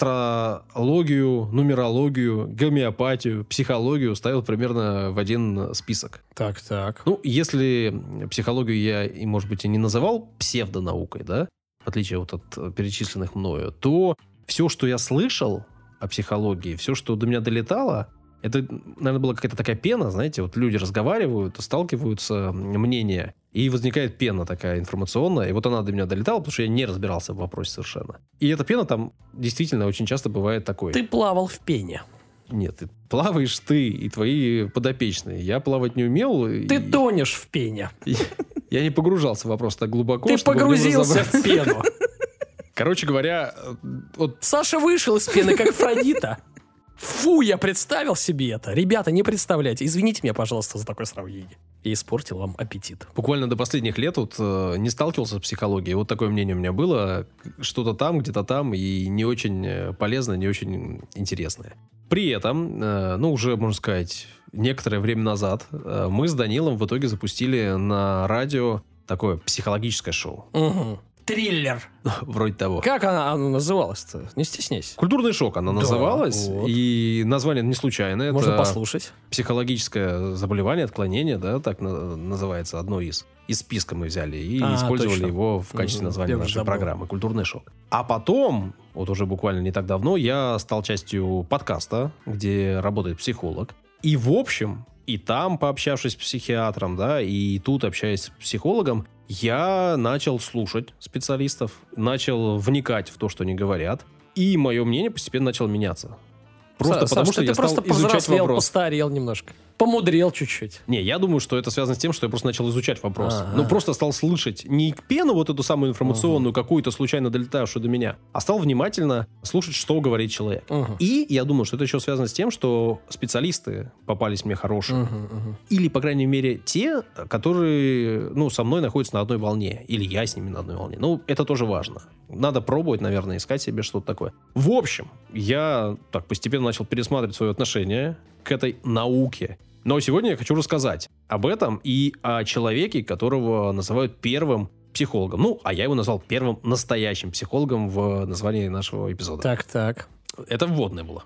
Speaker 1: астрологию, нумерологию, гомеопатию, психологию ставил примерно в один список.
Speaker 2: Так, так.
Speaker 1: Ну, если психологию я, и, может быть, и не называл псевдонаукой, да, в отличие вот от перечисленных мною, то все, что я слышал о психологии, все, что до меня долетало, это, наверное, была какая-то такая пена, знаете, вот люди разговаривают, сталкиваются, мнения, и возникает пена такая информационная, и вот она до меня долетала, потому что я не разбирался в вопросе совершенно. И эта пена там действительно очень часто бывает такой.
Speaker 2: Ты плавал в пене.
Speaker 1: Нет, ты плаваешь ты и твои подопечные. Я плавать не умел.
Speaker 2: Ты
Speaker 1: и...
Speaker 2: тонешь в пене.
Speaker 1: Я не погружался в вопрос так глубоко,
Speaker 2: Ты
Speaker 1: чтобы
Speaker 2: погрузился в пену.
Speaker 1: Короче говоря, вот...
Speaker 2: Саша вышел из пены, как Афродита. Фу, я представил себе это. Ребята, не представляйте. Извините меня, пожалуйста, за такое сравнение. Я испортил вам аппетит.
Speaker 1: Буквально до последних лет вот э, не сталкивался с психологией. Вот такое мнение у меня было. Что-то там, где-то там, и не очень полезное, не очень интересное. При этом, э, ну, уже, можно сказать, некоторое время назад э, мы с Данилом в итоге запустили на радио такое психологическое шоу.
Speaker 2: Угу. Триллер.
Speaker 1: Вроде того.
Speaker 2: Как она, она называлась-то? Не стесняйся.
Speaker 1: «Культурный шок» она
Speaker 2: Да,
Speaker 1: называлась.
Speaker 2: вот.
Speaker 1: И название не случайное.
Speaker 2: Можно
Speaker 1: это
Speaker 2: послушать.
Speaker 1: психологическое заболевание, отклонение, да, так на- называется, одно из. Из списка мы взяли и
Speaker 2: А,
Speaker 1: использовали
Speaker 2: точно.
Speaker 1: его в качестве
Speaker 2: Мгм.
Speaker 1: названия
Speaker 2: Я уже
Speaker 1: нашей
Speaker 2: забыл.
Speaker 1: программы «Культурный шок». А потом, вот уже буквально не так давно, я стал частью подкаста, где работает психолог. И в общем, и там, пообщавшись с психиатром, да, и тут, общаясь с психологом, я начал слушать специалистов, начал вникать в то, что они говорят, и мое мнение постепенно начало меняться. Просто
Speaker 2: Са-
Speaker 1: потому,
Speaker 2: Саш,
Speaker 1: что
Speaker 2: ты
Speaker 1: я стал
Speaker 2: просто
Speaker 1: изучать
Speaker 2: повзрослел,
Speaker 1: вопрос.
Speaker 2: постарел немножко. Помудрел чуть-чуть.
Speaker 1: Не, я думаю, что это связано с тем, что я просто начал изучать вопрос.
Speaker 2: А-а.
Speaker 1: Ну, просто стал слышать не пену вот эту самую информационную, какую-то случайно долетающую до меня, а стал внимательно слушать, что говорит человек.
Speaker 2: Угу.
Speaker 1: И я думаю, что это еще связано с тем, что специалисты попались мне хорошие.
Speaker 2: Угу, угу.
Speaker 1: Или, по крайней мере, те, которые, ну, со мной находятся на одной волне. Или я с ними на одной волне. Ну, это тоже важно. Надо пробовать, наверное, искать себе что-то такое. В общем, я так постепенно начал пересматривать свое отношение к этой науке. Но сегодня я хочу рассказать об этом и о человеке, которого называют первым психологом. Ну, а я его назвал первым настоящим психологом в названии нашего эпизода.
Speaker 2: Так, так.
Speaker 1: Это вводное было.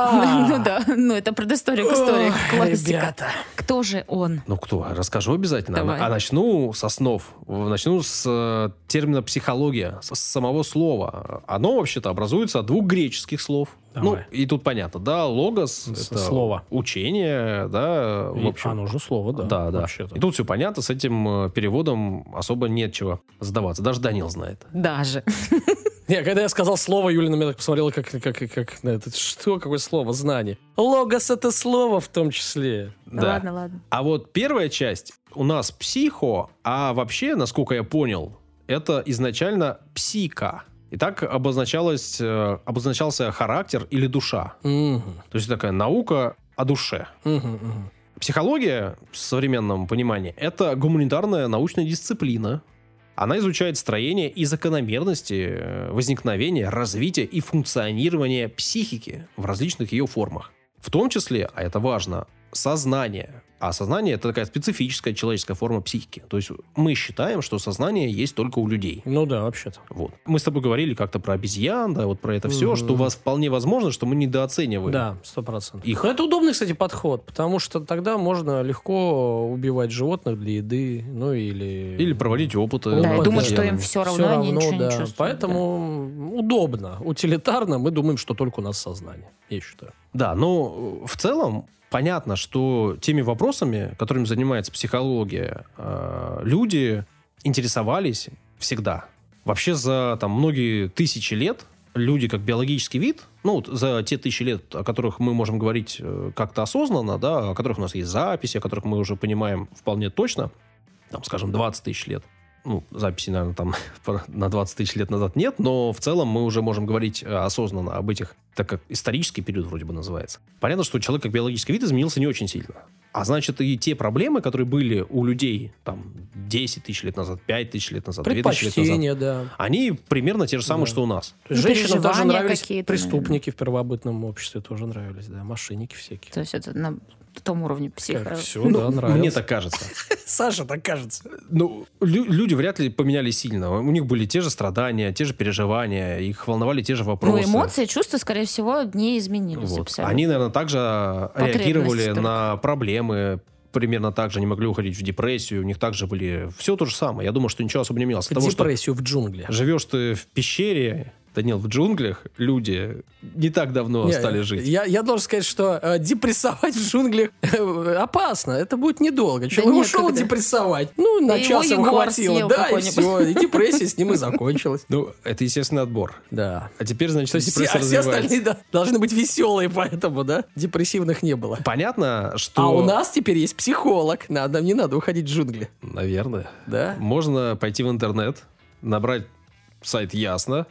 Speaker 3: Ну да, ну это предыстория к истории. Классика.
Speaker 2: Ребята.
Speaker 3: Кто же он?
Speaker 1: Ну, кто? Расскажу обязательно.
Speaker 3: Давай.
Speaker 1: А начну с основ. Начну с э, термина психология, с, с самого слова. Оно, вообще-то, образуется от двух греческих слов.
Speaker 2: Давай.
Speaker 1: Ну, и тут понятно, да, логос,
Speaker 2: С-
Speaker 1: это
Speaker 2: слово.
Speaker 1: учение, да, в
Speaker 2: И-
Speaker 1: общем.
Speaker 2: А, ну уже слово, да.
Speaker 1: Да, да.
Speaker 2: Вообще-то.
Speaker 1: И тут все понятно, с этим э, переводом особо нет чего задаваться. Даже Данил знает.
Speaker 3: Даже.
Speaker 2: Не, когда я сказал слово, Юля на меня так посмотрела, как, как, как, как на это. Что, какое слово? Знание. Логос — это слово в том числе.
Speaker 1: Да.
Speaker 3: Ладно, ладно.
Speaker 1: А вот первая часть у нас психо, а вообще, насколько я понял, это изначально псика. И так обозначалось, э, обозначался характер или душа.
Speaker 2: Мгм.
Speaker 1: То есть такая наука о душе.
Speaker 2: Мгм, мгм.
Speaker 1: Психология в современном понимании — это гуманитарная научная дисциплина, Она изучает строение и закономерности возникновения, развития и функционирования психики в различных ее формах. В том числе, а это важно, сознание. А сознание — это такая специфическая человеческая форма психики. То есть мы считаем, что сознание есть только у людей.
Speaker 2: Ну да, вообще-то.
Speaker 1: Вот. Мы с тобой говорили как-то про обезьян, да, вот про это все, mm-hmm. что у вас вполне возможно, что мы недооцениваем.
Speaker 2: Да, сто процентов. Их. Но это удобный, кстати, подход, потому что тогда можно легко убивать животных для еды, ну или...
Speaker 1: Или проводить опыты.
Speaker 3: Да, и думать,
Speaker 1: да,
Speaker 3: что им все равно,
Speaker 2: все равно
Speaker 3: они ничего
Speaker 2: да.
Speaker 3: не чувствуют.
Speaker 2: Поэтому да. удобно, утилитарно мы думаем, что только у нас сознание, я считаю.
Speaker 1: Да, но в целом понятно, что теми вопросами, которыми занимается психология, люди интересовались всегда. Вообще за там, многие тысячи лет люди как биологический вид, ну вот за те тысячи лет, о которых мы можем говорить как-то осознанно, да, о которых у нас есть записи, о которых мы уже понимаем вполне точно, там, скажем, двадцать тысяч лет. Ну, записи, наверное, там на двадцать тысяч лет назад нет, но в целом мы уже можем говорить осознанно об этих, так как исторический период вроде бы называется. Понятно, что человек как биологический вид изменился не очень сильно. А значит, и те проблемы, которые были у людей там десять тысяч лет назад, пять тысяч лет назад, две тысячи лет назад,
Speaker 2: да.
Speaker 1: они примерно те же самые, да. что у нас.
Speaker 2: То есть ну, женщинам даже нравились преступники наверное. В первобытном обществе, тоже нравились, да, мошенники всякие.
Speaker 3: То есть это на том уровне психо...
Speaker 2: Все, ну, да, нравилось.
Speaker 1: Мне так кажется.
Speaker 2: Саша так кажется.
Speaker 1: Ну, лю- люди вряд ли поменялись сильно. У них были те же страдания, те же переживания, их волновали те же вопросы.
Speaker 3: Ну, эмоции, чувства, скорее всего, не изменились
Speaker 1: вот.
Speaker 3: абсолютно.
Speaker 1: Они, наверное, также реагировали только. На проблемы, примерно так же не могли уходить в депрессию, у них также были... Все то же самое. Я думаю, что ничего особо не менялось.
Speaker 2: Потому депрессию что в джунглях.
Speaker 1: Живешь ты в пещере... Данил, в джунглях люди не так давно не, стали жить.
Speaker 2: Я, я должен сказать, что э, депрессовать в джунглях э, опасно. Это будет недолго. Человек да ушел когда... депрессовать. Ну, на да час ему хватило. Да, и все. И депрессия с ним и закончилась.
Speaker 1: Ну, это естественный отбор.
Speaker 2: Да.
Speaker 1: А теперь, значит,
Speaker 2: депрессия развивается. А все остальные да, должны быть веселые, поэтому, да, депрессивных не было.
Speaker 1: Понятно, что...
Speaker 2: А у нас теперь есть психолог. Надо, не надо уходить в джунгли.
Speaker 1: Наверное.
Speaker 2: Да.
Speaker 1: Можно пойти в интернет, набрать сайт Ясно.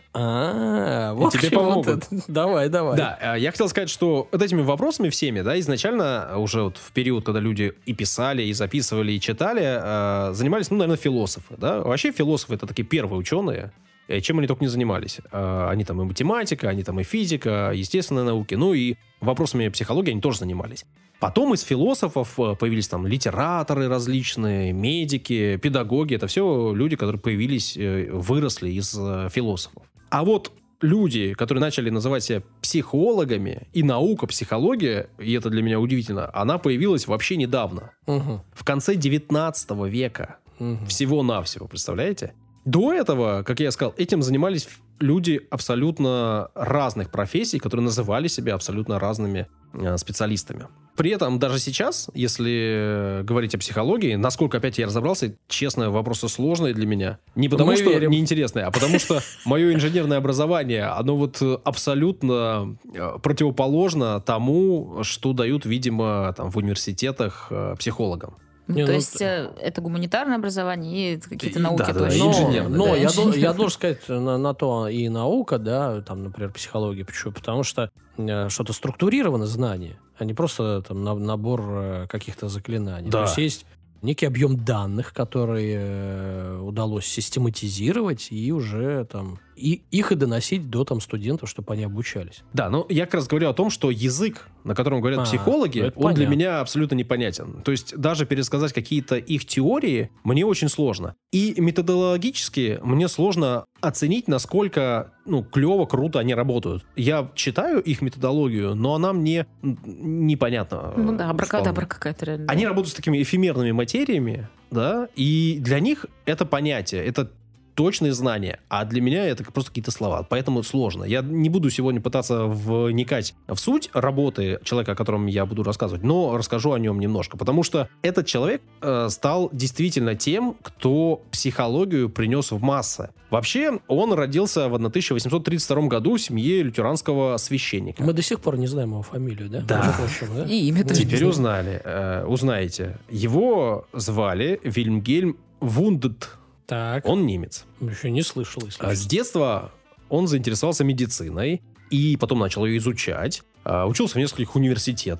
Speaker 2: А, вот
Speaker 1: тебе помогут.
Speaker 2: Вот давай, давай.
Speaker 1: Да, я хотел сказать, что вот этими вопросами всеми, да, изначально уже вот в период, когда люди и писали, и записывали, и читали, занимались, ну, наверное, философы, да. Вообще философы — это такие первые ученые, чем они только не занимались. Они там и математика, они там и физика, естественные науки, ну и вопросами психологии они тоже занимались. Потом из философов появились там литераторы различные, медики, педагоги. Это все люди, которые появились, выросли из философов. А вот люди, которые начали называть себя психологами, и наука, психология, и это для меня удивительно, она появилась вообще недавно.
Speaker 2: Угу.
Speaker 1: В конце девятнадцатого века.
Speaker 2: Угу.
Speaker 1: Всего-навсего, представляете? До этого, как я сказал, этим занимались люди абсолютно разных профессий, которые называли себя абсолютно разными э, специалистами. При этом даже сейчас, если говорить о психологии, насколько опять я разобрался, честно, вопросы сложные для меня. Не потому, Мы что верим. Неинтересные, а потому что мое инженерное образование, оно вот абсолютно противоположно тому, что дают, видимо, там, в университетах психологам.
Speaker 3: Ну, Не, то ну, есть э, это гуманитарное образование и какие-то и, науки
Speaker 1: да,
Speaker 3: тоже.
Speaker 1: Да,
Speaker 2: но
Speaker 1: инженерные.
Speaker 2: но
Speaker 1: да,
Speaker 2: я, инженер. я должен сказать, на, на то и наука, да, там, например, психология. Почему? Потому что э, что-то структурировано знание, а не просто там, на, набор э, каких-то заклинаний.
Speaker 1: Да.
Speaker 2: То есть есть некий объем данных, которые э, удалось систематизировать и уже там и их и доносить до там студентов, чтобы они обучались.
Speaker 1: Да, но я как раз говорю о том, что язык, на котором говорят
Speaker 2: а,
Speaker 1: психологи, он
Speaker 2: понятно.
Speaker 1: Для меня абсолютно непонятен. То есть даже пересказать какие-то их теории мне очень сложно. И методологически мне сложно оценить, насколько ну, клево, круто они работают. Я читаю их методологию, но она мне непонятна.
Speaker 3: Ну да, абракадабра какая-то реально.
Speaker 1: Они работают с такими эфемерными материями, да, и для них это понятие, это точные знания, а для меня это просто какие-то слова, поэтому сложно. Я не буду сегодня пытаться вникать в суть работы человека, о котором я буду рассказывать, но расскажу о нем немножко, потому что этот человек э, стал действительно тем, кто психологию принес в массы. Вообще, он родился в тысяча восемьсот тридцать втором году в семье лютеранского священника.
Speaker 2: Мы до сих пор не знаем его фамилию, да?
Speaker 1: Да.
Speaker 2: Прочим, да?
Speaker 3: И имя тоже.
Speaker 1: Теперь узнали, э, узнаете. Его звали Вильгельм Вундт.
Speaker 2: Так.
Speaker 1: Он немец.
Speaker 2: Еще не слышал. Если
Speaker 1: а с детства он заинтересовался медициной и потом начал ее изучать. А, учился в нескольких университетах.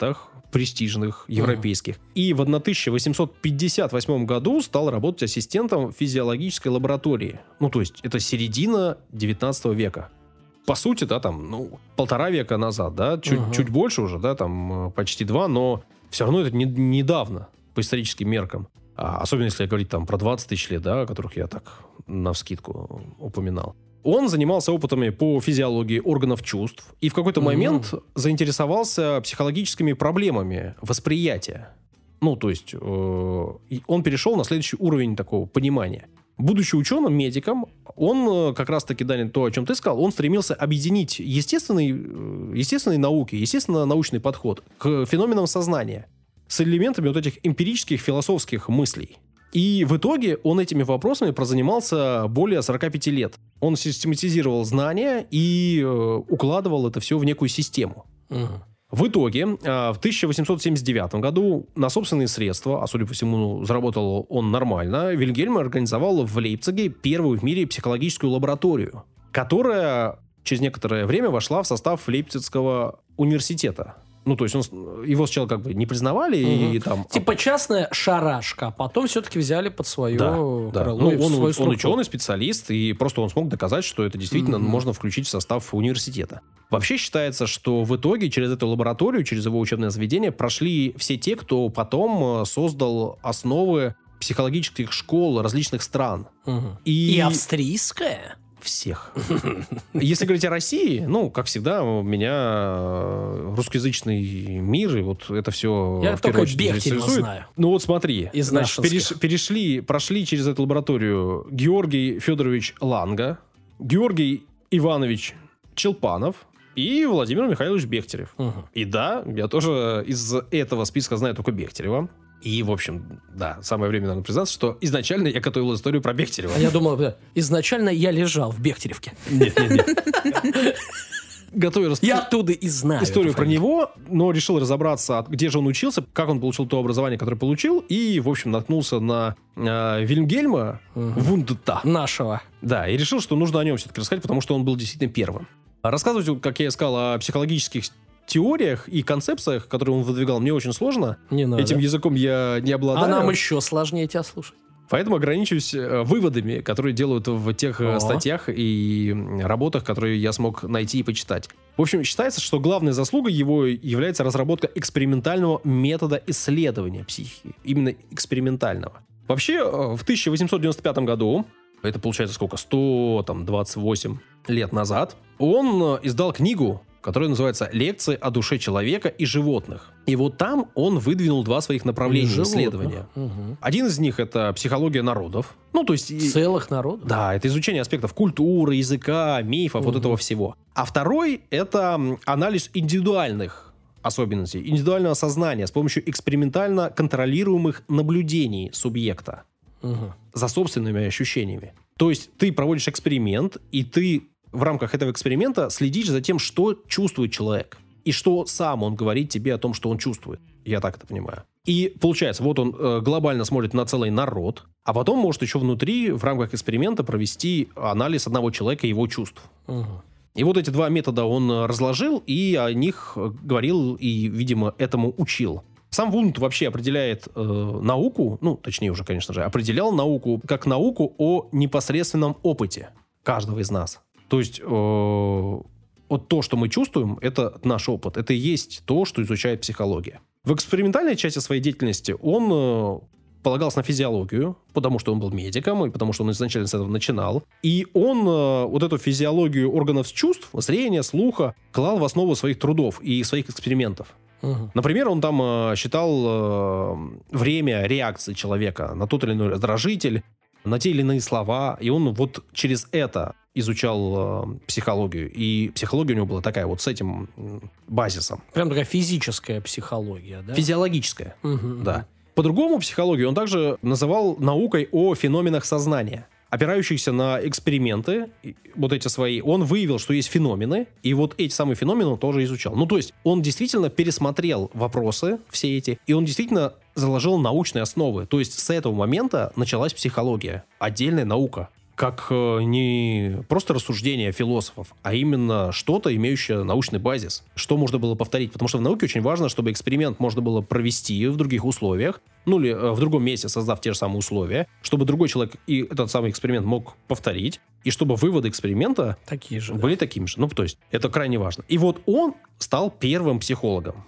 Speaker 1: престижных, европейских. Uh-huh. И в тысяча восемьсот пятьдесят восьмом году стал работать ассистентом в физиологической лаборатории. Ну, то есть, это середина девятнадцатого века. По сути, да, там, ну, полтора века назад, да, чуть, uh-huh. чуть больше уже, да, там, почти два, но все равно это не, недавно по историческим меркам. А, особенно, если говорить там про двадцать тысяч лет, да, о которых я так навскидку упоминал. Он занимался опытами по физиологии органов чувств и в какой-то mm-hmm. момент заинтересовался психологическими проблемами восприятия. Ну, то есть, э, он перешел на следующий уровень такого понимания. Будучи ученым, медиком, он как раз-таки, Даня, то, о чем ты сказал, он стремился объединить естественные, естественные науки, естественно-научный подход к феноменам сознания с элементами вот этих эмпирических философских мыслей. И в итоге он этими вопросами прозанимался более сорок пять лет. Он систематизировал знания и э, укладывал это все в некую систему. Угу. В итоге, э, в тысяча восемьсот семьдесят девятом году на собственные средства, а судя по всему, заработал он нормально, Вильгельм организовал в Лейпциге первую в мире психологическую лабораторию, которая через некоторое время вошла в состав Лейпцигского университета. Ну, то есть он, его сначала как бы не признавали. Угу. И, там,
Speaker 2: типа частная шарашка, а потом все-таки взяли под свое
Speaker 1: да,
Speaker 2: крыло.
Speaker 1: Да. Ну, он, он, он ученый, специалист, и просто он смог доказать, что это действительно угу. можно включить в состав университета. Вообще считается, что в итоге через эту лабораторию, через его учебное заведение прошли все те, кто потом создал основы психологических школ различных стран.
Speaker 2: Угу. И... и австрийская?
Speaker 1: Всех. Если говорить о России, ну, как всегда, у меня русскоязычный мир, и вот это все
Speaker 2: я в первую очередь интересует. Знаю.
Speaker 1: Ну вот смотри, значит, переш, перешли, прошли через эту лабораторию Георгий Федорович Ланга, Георгий Иванович Челпанов и Владимир Михайлович Бехтерев. Угу. И да, я тоже из этого списка знаю только Бехтерева. И, в общем, да, самое время, наверное, признаться, что изначально я готовил историю про Бехтерева.
Speaker 2: А я думал, да, изначально я лежал в Бехтеревке.
Speaker 1: Нет, нет, нет. Готовил
Speaker 2: я оттуда и знаю
Speaker 1: историю про него, но решил разобраться, где же он учился, как он получил то образование, которое получил, и, в общем, наткнулся на э, Вильгельма угу. Вундта.
Speaker 2: Нашего.
Speaker 1: Да, и решил, что нужно о нем все-таки рассказать, потому что он был действительно первым. Рассказывать, как я сказал, о психологических теориях и концепциях, которые он выдвигал, мне очень сложно.
Speaker 2: Не надо.
Speaker 1: Этим языком я не обладаю.
Speaker 2: А нам еще сложнее тебя слушать.
Speaker 1: Поэтому ограничусь выводами, которые делают в тех О. статьях и работах, которые я смог найти и почитать. В общем, считается, что главной заслугой его является разработка экспериментального метода исследования психики. Именно экспериментального. Вообще, в тысяча восемьсот девяносто пятом году, это получается сколько, сто двадцать восемь лет назад, он издал книгу, которая называется «Лекции о душе человека и животных». И вот там он выдвинул два своих направления исследования. Угу. Один из них — это психология народов. Ну, то есть...
Speaker 2: Целых народов?
Speaker 1: Да, это изучение аспектов культуры, языка, мифов, угу. вот этого всего. А второй — это анализ индивидуальных особенностей, индивидуального сознания с помощью экспериментально контролируемых наблюдений субъекта угу. за собственными ощущениями. То есть ты проводишь эксперимент, и ты в рамках этого эксперимента следишь за тем, что чувствует человек. И что сам он говорит тебе о том, что он чувствует. Я так это понимаю. И получается, вот он э, глобально смотрит на целый народ, а потом может еще внутри, в рамках эксперимента, провести анализ одного человека и его чувств. Угу. И вот эти два метода он разложил и о них говорил и, видимо, этому учил. Сам Вунд вообще определяет э, науку, ну, точнее уже, конечно же, определял науку как науку о непосредственном опыте каждого из нас. То есть, э, вот то, что мы чувствуем, это наш опыт. Это и есть то, что изучает психология. В экспериментальной части своей деятельности он э, полагался на физиологию, потому что он был медиком, и потому что он изначально с этого начинал. И он э, вот эту физиологию органов чувств, зрения, слуха, клал в основу своих трудов и своих экспериментов. Угу. Например, он там э, считал э, время реакции человека на тот или иной раздражитель, на те или иные слова, и он вот через это изучал э, психологию. И психология у него была такая вот с этим э, базисом.
Speaker 2: Прям такая физическая психология, да?
Speaker 1: Физиологическая,
Speaker 2: угу,
Speaker 1: да. Угу. По-другому психологию он также называл наукой о феноменах сознания, опирающихся на эксперименты, вот эти свои. Он выявил, что есть феномены, и вот эти самые феномены он тоже изучал. Ну, то есть он действительно пересмотрел вопросы все эти, и он действительно заложил научные основы. То есть с этого момента началась психология, отдельная наука, как не просто рассуждение философов, а именно что-то, имеющее научный базис. Что можно было повторить? Потому что в науке очень важно, чтобы эксперимент можно было провести в других условиях, ну или в другом месте, создав те же самые условия, чтобы другой человек и этот самый эксперимент мог повторить, и чтобы выводы эксперимента
Speaker 2: такие же,
Speaker 1: были
Speaker 2: да.
Speaker 1: такими же. Ну, то есть, это крайне важно. И вот он стал первым психологом.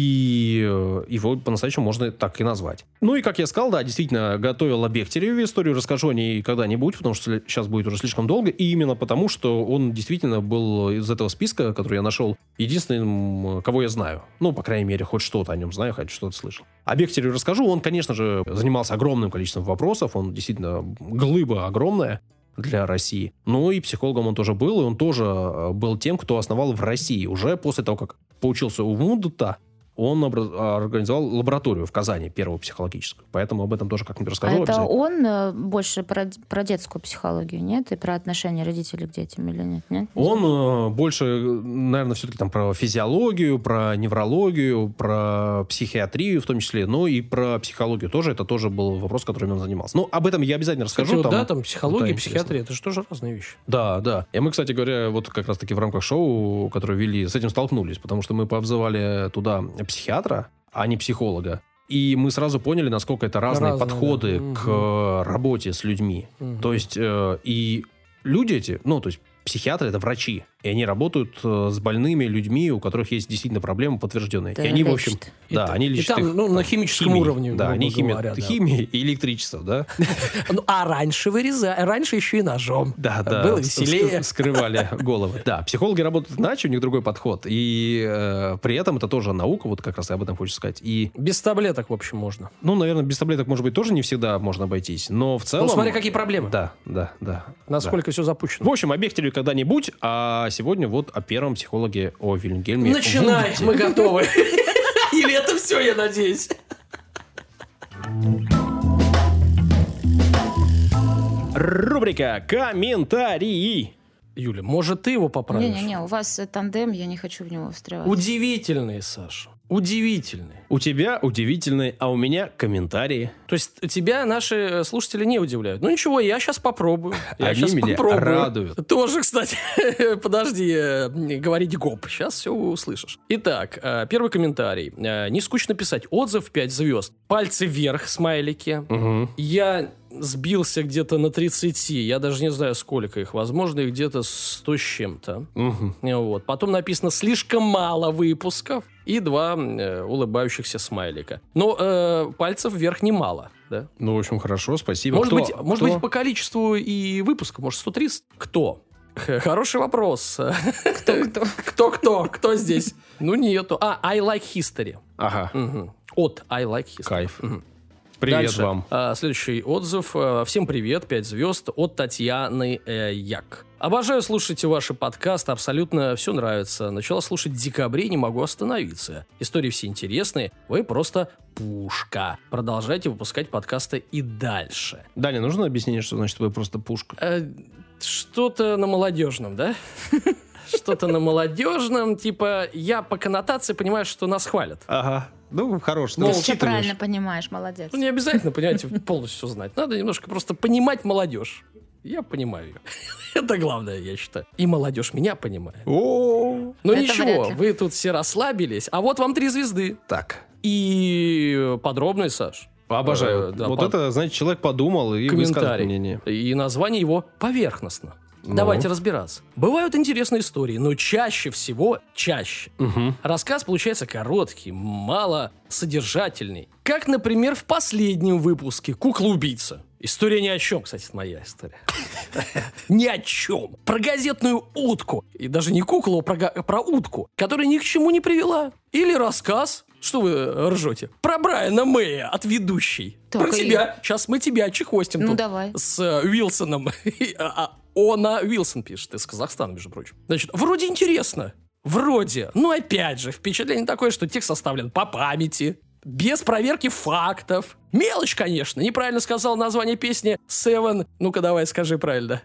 Speaker 1: И его по-настоящему можно так и назвать. Ну и, как я сказал, да, действительно, готовил о Бехтереве историю, расскажу о ней когда-нибудь, потому что сейчас будет уже слишком долго, и именно потому, что он действительно был из этого списка, который я нашел, единственным, кого я знаю. Ну, по крайней мере, хоть что-то о нем знаю, хоть что-то слышал. О Бехтереве расскажу. Он, конечно же, занимался огромным количеством вопросов, он действительно глыба огромная для России. Но и психологом он тоже был, и он тоже был тем, кто основал в России. Уже после того, как поучился у Вундта, он организовал лабораторию в Казани, первую психологическую. Поэтому об этом тоже как-нибудь расскажу.
Speaker 3: А это он больше про, про детскую психологию, нет? И про отношения родителей к детям или нет? нет?
Speaker 1: Он больше, наверное, все-таки там про физиологию, про неврологию, про психиатрию в том числе, но и про психологию тоже. Это тоже был вопрос, которым он занимался. Но об этом я обязательно расскажу.
Speaker 2: Кстати,
Speaker 1: там,
Speaker 2: да, там психология и психиатрия,
Speaker 1: интересно.
Speaker 2: это же тоже разные вещи.
Speaker 1: Да, да. И мы, кстати говоря, вот как раз-таки в рамках шоу, которое вели, с этим столкнулись, потому что мы пообзывали туда психиатра, а не психолога. И мы сразу поняли, насколько это разные, разные подходы да. к угу. работе с людьми. Угу. То есть, э, и люди эти, ну, то есть, психиатры — это врачи. И они работают э, с больными людьми, у которых есть действительно проблемы подтвержденные.
Speaker 3: Да,
Speaker 1: и они,
Speaker 3: лечат.
Speaker 1: в общем...
Speaker 2: И
Speaker 1: да,
Speaker 2: т-
Speaker 1: они лечат
Speaker 2: и там,
Speaker 1: их,
Speaker 2: ну, на химическом
Speaker 1: химией,
Speaker 2: уровне,
Speaker 1: да, они хими...
Speaker 2: говоря, да.
Speaker 1: химией и электричество, да?
Speaker 2: Ну, а раньше вырезали, раньше еще и ножом.
Speaker 1: Да, да.
Speaker 2: Было веселее.
Speaker 1: Скрывали головы. Да, психологи работают иначе, у них другой подход. И э, при этом это тоже наука, вот как раз об этом хочется сказать. И...
Speaker 2: Без таблеток, в общем, можно.
Speaker 1: Ну, наверное, без таблеток, может быть, тоже не всегда можно обойтись, но в целом...
Speaker 2: Ну, смотри, какие проблемы.
Speaker 1: Да, да, да.
Speaker 2: Насколько
Speaker 1: да.
Speaker 2: все запущено.
Speaker 1: В общем, о Бехтереве когда-нибудь, а сегодня вот о первом психологе, о Вильгельме
Speaker 2: Начинай,
Speaker 1: Вундте.
Speaker 2: Мы готовы. Или это все, я надеюсь.
Speaker 1: Рубрика «Комментарии».
Speaker 2: Юля, может, ты его поправишь?
Speaker 3: Не-не-не, у вас тандем, я не хочу в него встревать.
Speaker 2: Удивительный, Саша. Удивительный.
Speaker 1: У тебя удивительный, а у меня комментарии.
Speaker 2: То есть тебя наши слушатели не удивляют. Ну ничего, я сейчас попробую. Я
Speaker 1: Они
Speaker 2: сейчас
Speaker 1: меня
Speaker 2: попробую.
Speaker 1: радуют.
Speaker 2: Тоже, кстати, подожди, э, говорить гоп. Сейчас все услышишь. Итак, э, первый комментарий. Э, не скучно писать. Отзыв пять звезд. Пальцы вверх, смайлики.
Speaker 1: Угу.
Speaker 2: Я сбился где-то на тридцати. Я даже не знаю, сколько их. Возможно, их где-то сто с чем-то.
Speaker 1: Угу.
Speaker 2: Вот. Потом написано «слишком мало выпусков» и два э, улыбающихся смайлика. Но э, пальцев вверх немало. Да?
Speaker 1: Ну, в общем, хорошо, спасибо.
Speaker 2: Может,
Speaker 1: Кто?
Speaker 2: быть, может
Speaker 1: Кто?
Speaker 2: быть, по количеству и выпуска, может, сто тридцать? Кто? Хороший вопрос.
Speaker 3: Кто-кто?
Speaker 2: Кто-кто? Кто здесь? Ну, нету. А, I like history.
Speaker 1: Ага.
Speaker 2: Угу. От I like history.
Speaker 1: Кайф.
Speaker 2: Угу.
Speaker 1: Привет
Speaker 2: Дальше.
Speaker 1: вам.
Speaker 2: А, следующий отзыв. А, всем привет, пять звезд от Татьяны э, Як. Обожаю слушать ваши подкасты, абсолютно все нравится. Начала слушать в декабре, не могу остановиться. Истории все интересные, вы просто пушка. Продолжайте выпускать подкасты и дальше.
Speaker 1: Даня, нужно объяснение, что значит вы просто пушка?
Speaker 2: Э, что-то на молодежном, да? Что-то на молодежном, типа, я по коннотации понимаю, что нас хвалят.
Speaker 1: Ага. Ну, хорош.
Speaker 3: Ты все правильно понимаешь, молодец.
Speaker 2: Ну, не обязательно, понимаете, полностью все знать. Надо немножко просто понимать молодежь. Я понимаю ее. Это главное, я считаю. И молодежь меня понимает.
Speaker 1: О,
Speaker 2: ну
Speaker 3: это
Speaker 2: ничего, вы тут все расслабились. А вот вам три звезды.
Speaker 1: так.
Speaker 2: И подробный, Саш.
Speaker 1: Обожаю.
Speaker 2: Э, да,
Speaker 1: вот
Speaker 2: по-
Speaker 1: это, значит, человек подумал и высказал
Speaker 2: Комментарий.
Speaker 1: мнение.
Speaker 2: И название его поверхностно.
Speaker 1: Ну.
Speaker 2: Давайте разбираться. Бывают интересные истории, но чаще всего, чаще,
Speaker 1: Угу.
Speaker 2: рассказ получается короткий, мало содержательный. Как, например, в последнем выпуске «Кукла-убийца». История ни о чем, кстати, это моя история. Ни о чем. Про газетную утку. И даже не куклу, а про, га- про утку, которая ни к чему не привела. Или рассказ, что вы ржете, про Брайана Мэя от ведущей.
Speaker 3: Так,
Speaker 2: Про
Speaker 3: и-
Speaker 2: тебя. Сейчас мы тебя чехвостим
Speaker 3: Ну,
Speaker 2: тут.
Speaker 3: давай.
Speaker 2: С э, Уилсоном. А, а, Она Уилсон пишет, из Казахстана, между прочим. Значит, вроде интересно. Вроде. Но опять же, впечатление такое, что текст составлен по памяти. Без проверки фактов. Мелочь, конечно. Неправильно сказал название песни Seven. Ну-ка, давай, скажи правильно.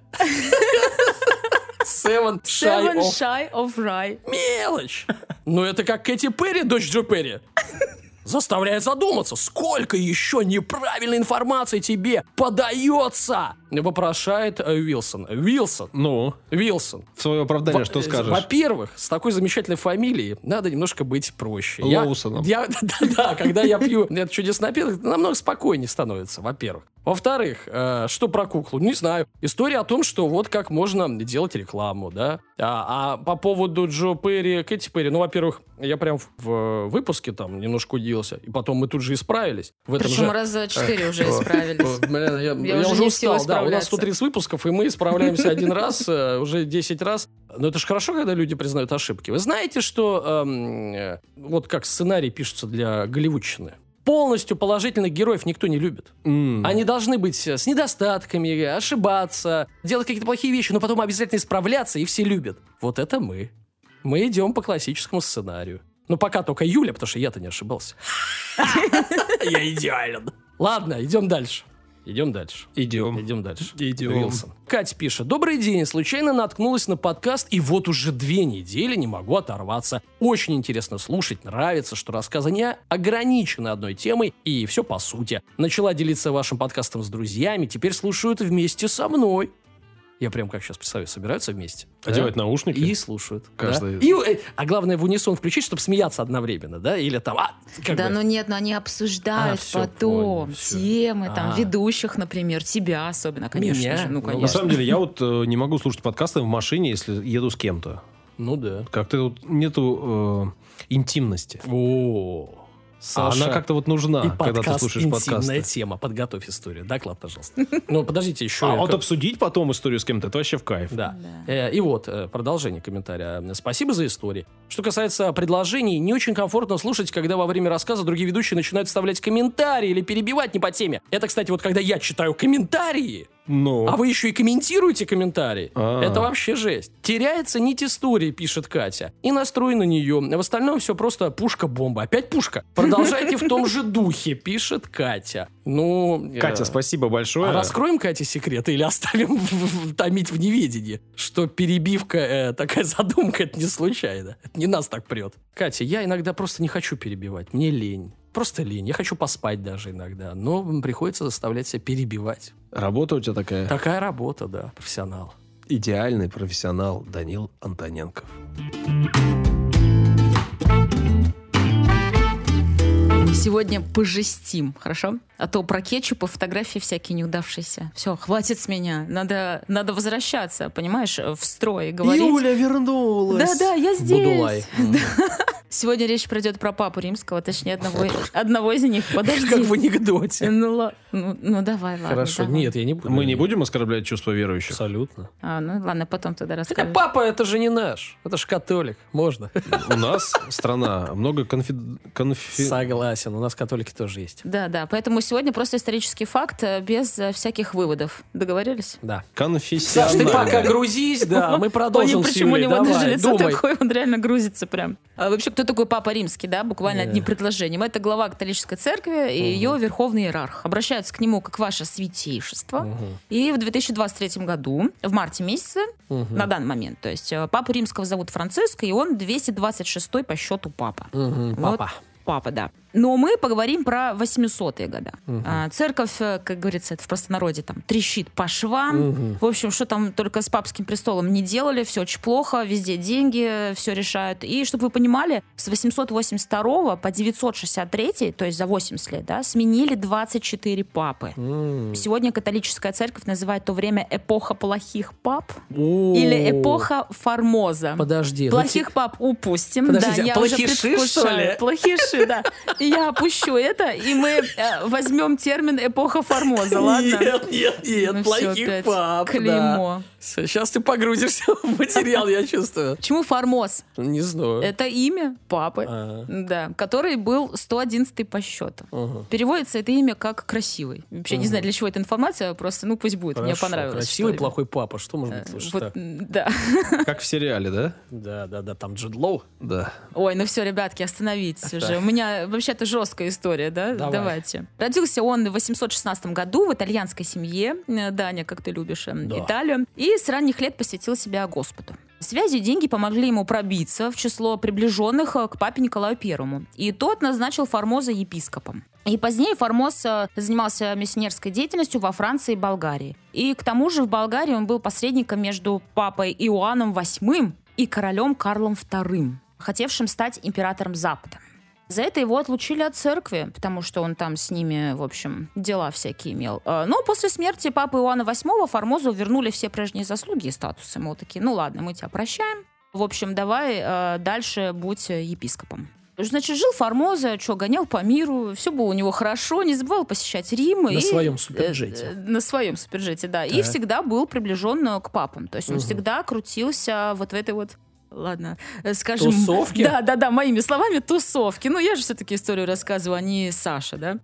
Speaker 2: Seven Shy
Speaker 3: Seven
Speaker 2: of...
Speaker 3: Shy of Rye.
Speaker 2: Мелочь. Ну, это как Кэти Перри, дочь Джо Перри. заставляет задуматься, сколько еще неправильной информации тебе подается, вопрошает Уилсон. Уилсон.
Speaker 1: Ну?
Speaker 2: Уилсон.
Speaker 1: В свое оправдание
Speaker 2: Во-
Speaker 1: что скажешь?
Speaker 2: Во-первых, с такой замечательной фамилией надо немножко быть проще.
Speaker 1: Лоусоном.
Speaker 2: Я, я, да, да, когда я пью этот чудесный напиток, намного спокойнее становится, во-первых. Во-вторых, э, что про куклу? Не знаю. История о том, что вот как можно делать рекламу, да? А, а по поводу Джо Перри, Кэти Перри, ну, во-первых, я прям в, в выпуске там немножко удивился, и потом мы тут же исправились. В этом
Speaker 3: Причем
Speaker 2: же...
Speaker 3: раза четыре уже исправились.
Speaker 2: Блин, я,
Speaker 3: Я
Speaker 2: я
Speaker 3: уже
Speaker 2: уже
Speaker 3: не в силах
Speaker 2: устал, да, у нас
Speaker 3: справляться.
Speaker 2: сто тридцать выпусков, и мы исправляемся один раз, э, уже десять раз. Но это же хорошо, когда люди признают ошибки. Вы знаете, что эм, э, вот как сценарий пишется для голливудщины? Полностью положительных героев никто не любит.
Speaker 1: М.
Speaker 2: Они должны быть с недостатками, ошибаться, делать какие-то плохие вещи, но потом обязательно исправляться, и все любят. Вот это мы. Мы идем по классическому сценарию. Ну, пока только Юля, потому что я-то не ошибался. Я идеален. Ладно, идем дальше. Идем дальше.
Speaker 1: Идем.
Speaker 2: Идем дальше.
Speaker 1: Идем.
Speaker 2: Уилсон. Катя пишет. Добрый день. Случайно наткнулась на подкаст, и вот уже две недели не могу оторваться. Очень интересно слушать, нравится, что рассказы не ограничены одной темой, и все по сути. Начала делиться вашим подкастом с друзьями, теперь слушают вместе со мной. Я прям как сейчас представляю, собираются вместе.
Speaker 1: Одевают
Speaker 2: да?
Speaker 1: наушники.
Speaker 2: И слушают.
Speaker 1: Каждый.
Speaker 2: Да? И, э, а главное, в унисон включить, чтобы смеяться одновременно, да? Или там... А, как
Speaker 3: Да,
Speaker 2: бы...
Speaker 3: ну нет, но они обсуждают
Speaker 2: А, всё,
Speaker 3: потом
Speaker 2: понял, всё.
Speaker 3: темы, там,
Speaker 2: А.
Speaker 3: ведущих, например, тебя особенно, конечно
Speaker 2: Меня?
Speaker 3: же. Ну,
Speaker 2: Ну,
Speaker 3: конечно.
Speaker 1: На самом деле, я вот э, не могу слушать подкасты в машине, если еду с кем-то.
Speaker 2: Ну да.
Speaker 1: Как-то вот нету э, интимности.
Speaker 2: О,
Speaker 1: А
Speaker 2: Саша.
Speaker 1: она как-то вот нужна,
Speaker 2: И
Speaker 1: когда ты
Speaker 2: подкаст
Speaker 1: слушаешь
Speaker 2: «Интимная
Speaker 1: подкасты.
Speaker 2: тема». Подготовь историю. Доклад, пожалуйста. Ну, подождите, еще...
Speaker 1: А
Speaker 2: я
Speaker 1: вот
Speaker 2: как-
Speaker 1: обсудить потом историю с кем-то, это вообще в кайф.
Speaker 2: Да.
Speaker 3: Да.
Speaker 2: Э, И вот э, продолжение комментария. Спасибо за истории. Что касается предложений, не очень комфортно слушать, когда во время рассказа другие ведущие начинают вставлять комментарии или перебивать не по теме. Это, кстати, вот когда я читаю комментарии,
Speaker 1: Ну,
Speaker 2: а вы еще и комментируете комментарии.
Speaker 1: А.
Speaker 2: Это вообще жесть. Теряется нить истории, пишет Катя. И настрой на нее. В остальном все просто пушка-бомба. Опять пушка. Продолжайте в том же духе, пишет Катя. Ну... э,
Speaker 1: Катя, спасибо большое.
Speaker 2: А раскроем Кате секреты или оставим в- в- томить в неведении? Что перебивка, э, такая задумка, это не случайно. Это не нас так прет. Катя, я иногда просто не хочу перебивать. Мне лень. Просто лень. Я хочу поспать даже иногда. Но приходится заставлять себя перебивать.
Speaker 1: Работа у тебя такая.
Speaker 2: Такая работа, да, профессионал.
Speaker 1: Идеальный профессионал Данил Антоненков.
Speaker 3: Сегодня пожестим, хорошо? А то про кетчуп и фотографии всякие неудавшиеся. Все, хватит с меня. Надо, надо возвращаться, понимаешь, в строй и говорить.
Speaker 1: вернулась.
Speaker 3: Да-да, я здесь.
Speaker 2: Будулай.
Speaker 3: Сегодня речь пройдет про папу римского, точнее, одного, одного из них. Подожди.
Speaker 2: Как в анекдоте.
Speaker 3: Ну, ла- ну, ну, давай, ладно.
Speaker 2: Хорошо,
Speaker 3: давай.
Speaker 2: нет, я не буду.
Speaker 1: Мы не будем оскорблять чувства верующих?
Speaker 2: Абсолютно.
Speaker 3: А, ну ладно, потом тогда
Speaker 2: Хотя
Speaker 3: расскажу.
Speaker 2: папа это же не наш. Это же католик. Можно.
Speaker 1: У нас страна много конфи... конфи-
Speaker 2: Согласен. У нас католики тоже есть.
Speaker 3: Да, да, поэтому сегодня просто исторический факт э, без э, всяких выводов. Договорились?
Speaker 2: Да.
Speaker 1: конфессиональная.
Speaker 2: Саш, ты пока грузись, да, мы продолжим
Speaker 3: Понял,
Speaker 2: с
Speaker 3: почему у
Speaker 2: Юлей.
Speaker 3: него даже
Speaker 2: Давай,
Speaker 3: лицо
Speaker 2: думай.
Speaker 3: такое, он реально грузится прям. А вообще, кто такой Папа Римский, да? Буквально
Speaker 2: Да.
Speaker 3: одним предложением. Это глава католической церкви и ее верховный иерарх. Обращаются к нему как ваше святейшество.
Speaker 2: Мгм.
Speaker 3: И в две тысячи двадцать третьем году, в марте месяце,
Speaker 2: Мгм.
Speaker 3: на данный момент, то есть э, Папу Римского зовут Франциск, и он двести двадцать шестой по счету папа.
Speaker 2: Мгм,
Speaker 3: Вот.
Speaker 2: Папа.
Speaker 3: Папа, да. Но мы поговорим про восьмисотые года. А, церковь, э, как говорится, это в простонародье, там, трещит по швам.
Speaker 2: Мгм.
Speaker 3: В общем, что там только с папским престолом не делали, все очень плохо, везде деньги, все решают. И, чтобы вы понимали, с восемьсот восемьдесят второго по девятьсот шестьдесят третий, то есть за восемьдесят лет, да, сменили двадцать четыре папы.
Speaker 2: М.
Speaker 3: Сегодня католическая церковь называет то время эпоха плохих пап
Speaker 2: О.
Speaker 3: или эпоха Формоза.
Speaker 2: Подожди. ну
Speaker 3: Плохих пап упустим.
Speaker 2: Подождите,
Speaker 3: да, я
Speaker 2: плохиши,
Speaker 3: уже
Speaker 2: что
Speaker 3: предвкушаю.
Speaker 2: ли?
Speaker 3: Плохиши, да. Я опущу это, и мы э, возьмем термин эпоха Формоза, ладно?
Speaker 2: Нет, нет, нет,
Speaker 3: Ну всё,
Speaker 2: плохих
Speaker 3: опять
Speaker 2: пап.
Speaker 3: клеймо.
Speaker 2: Сейчас ты погрузишься в материал, я чувствую.
Speaker 3: Почему Формоз?
Speaker 2: Не знаю.
Speaker 3: Это имя папы,
Speaker 2: А.
Speaker 3: да, который был сто одиннадцатый по счету.
Speaker 2: Ага.
Speaker 3: Переводится это имя как красивый. Вообще не знаю, для чего эта информация, просто, ну, пусть будет. Мне
Speaker 2: Хорошо,
Speaker 3: понравилось.
Speaker 2: Красивый,
Speaker 3: что ли.
Speaker 2: плохой папа. Что может
Speaker 3: Э,
Speaker 2: быть лучше?
Speaker 3: вот,
Speaker 2: так?
Speaker 3: м, да.
Speaker 1: Как в сериале, да?
Speaker 2: Да, да, да, там Джуд Лоу.
Speaker 1: Да.
Speaker 3: Ой, ну все, ребятки, остановитесь уже. У меня вообще-то жесткая история, да?
Speaker 2: Давай.
Speaker 3: Давайте. Родился он в восемьсот шестнадцатом году в итальянской семье. Э, Даня, как ты любишь э,
Speaker 2: Да.
Speaker 3: Италию. И с ранних лет посвятил себя Господу. Связи и деньги помогли ему пробиться в число приближенных к папе Николаю Первому. И тот назначил Формоза епископом. И позднее Формоз занимался миссионерской деятельностью во Франции и Болгарии. И к тому же в Болгарии он был посредником между папой Иоанном Восьмым и королем Карлом Вторым, хотевшим стать императором Запада. За это его отлучили от церкви, потому что он там с ними, в общем, дела всякие имел. Но после смерти папы Иоанна Восьмого Формозу вернули все прежние заслуги и статусы. Мол, такие, ну ладно, мы тебя прощаем. В общем, давай э, дальше будь епископом. Значит, жил Формоза, что, гонял по миру, все было у него хорошо, не забывал посещать Рим.
Speaker 2: На
Speaker 3: и,
Speaker 2: своем суперджете.
Speaker 3: Э, на своем суперджете, да.
Speaker 2: Так.
Speaker 3: И всегда был приближен к папам. То есть он
Speaker 2: Угу.
Speaker 3: всегда крутился вот в этой вот... Ладно, скажем...
Speaker 2: Тусовки?
Speaker 3: Да, да, да, моими словами, тусовки. Ну, я же все-таки историю рассказываю, а не Саша, да?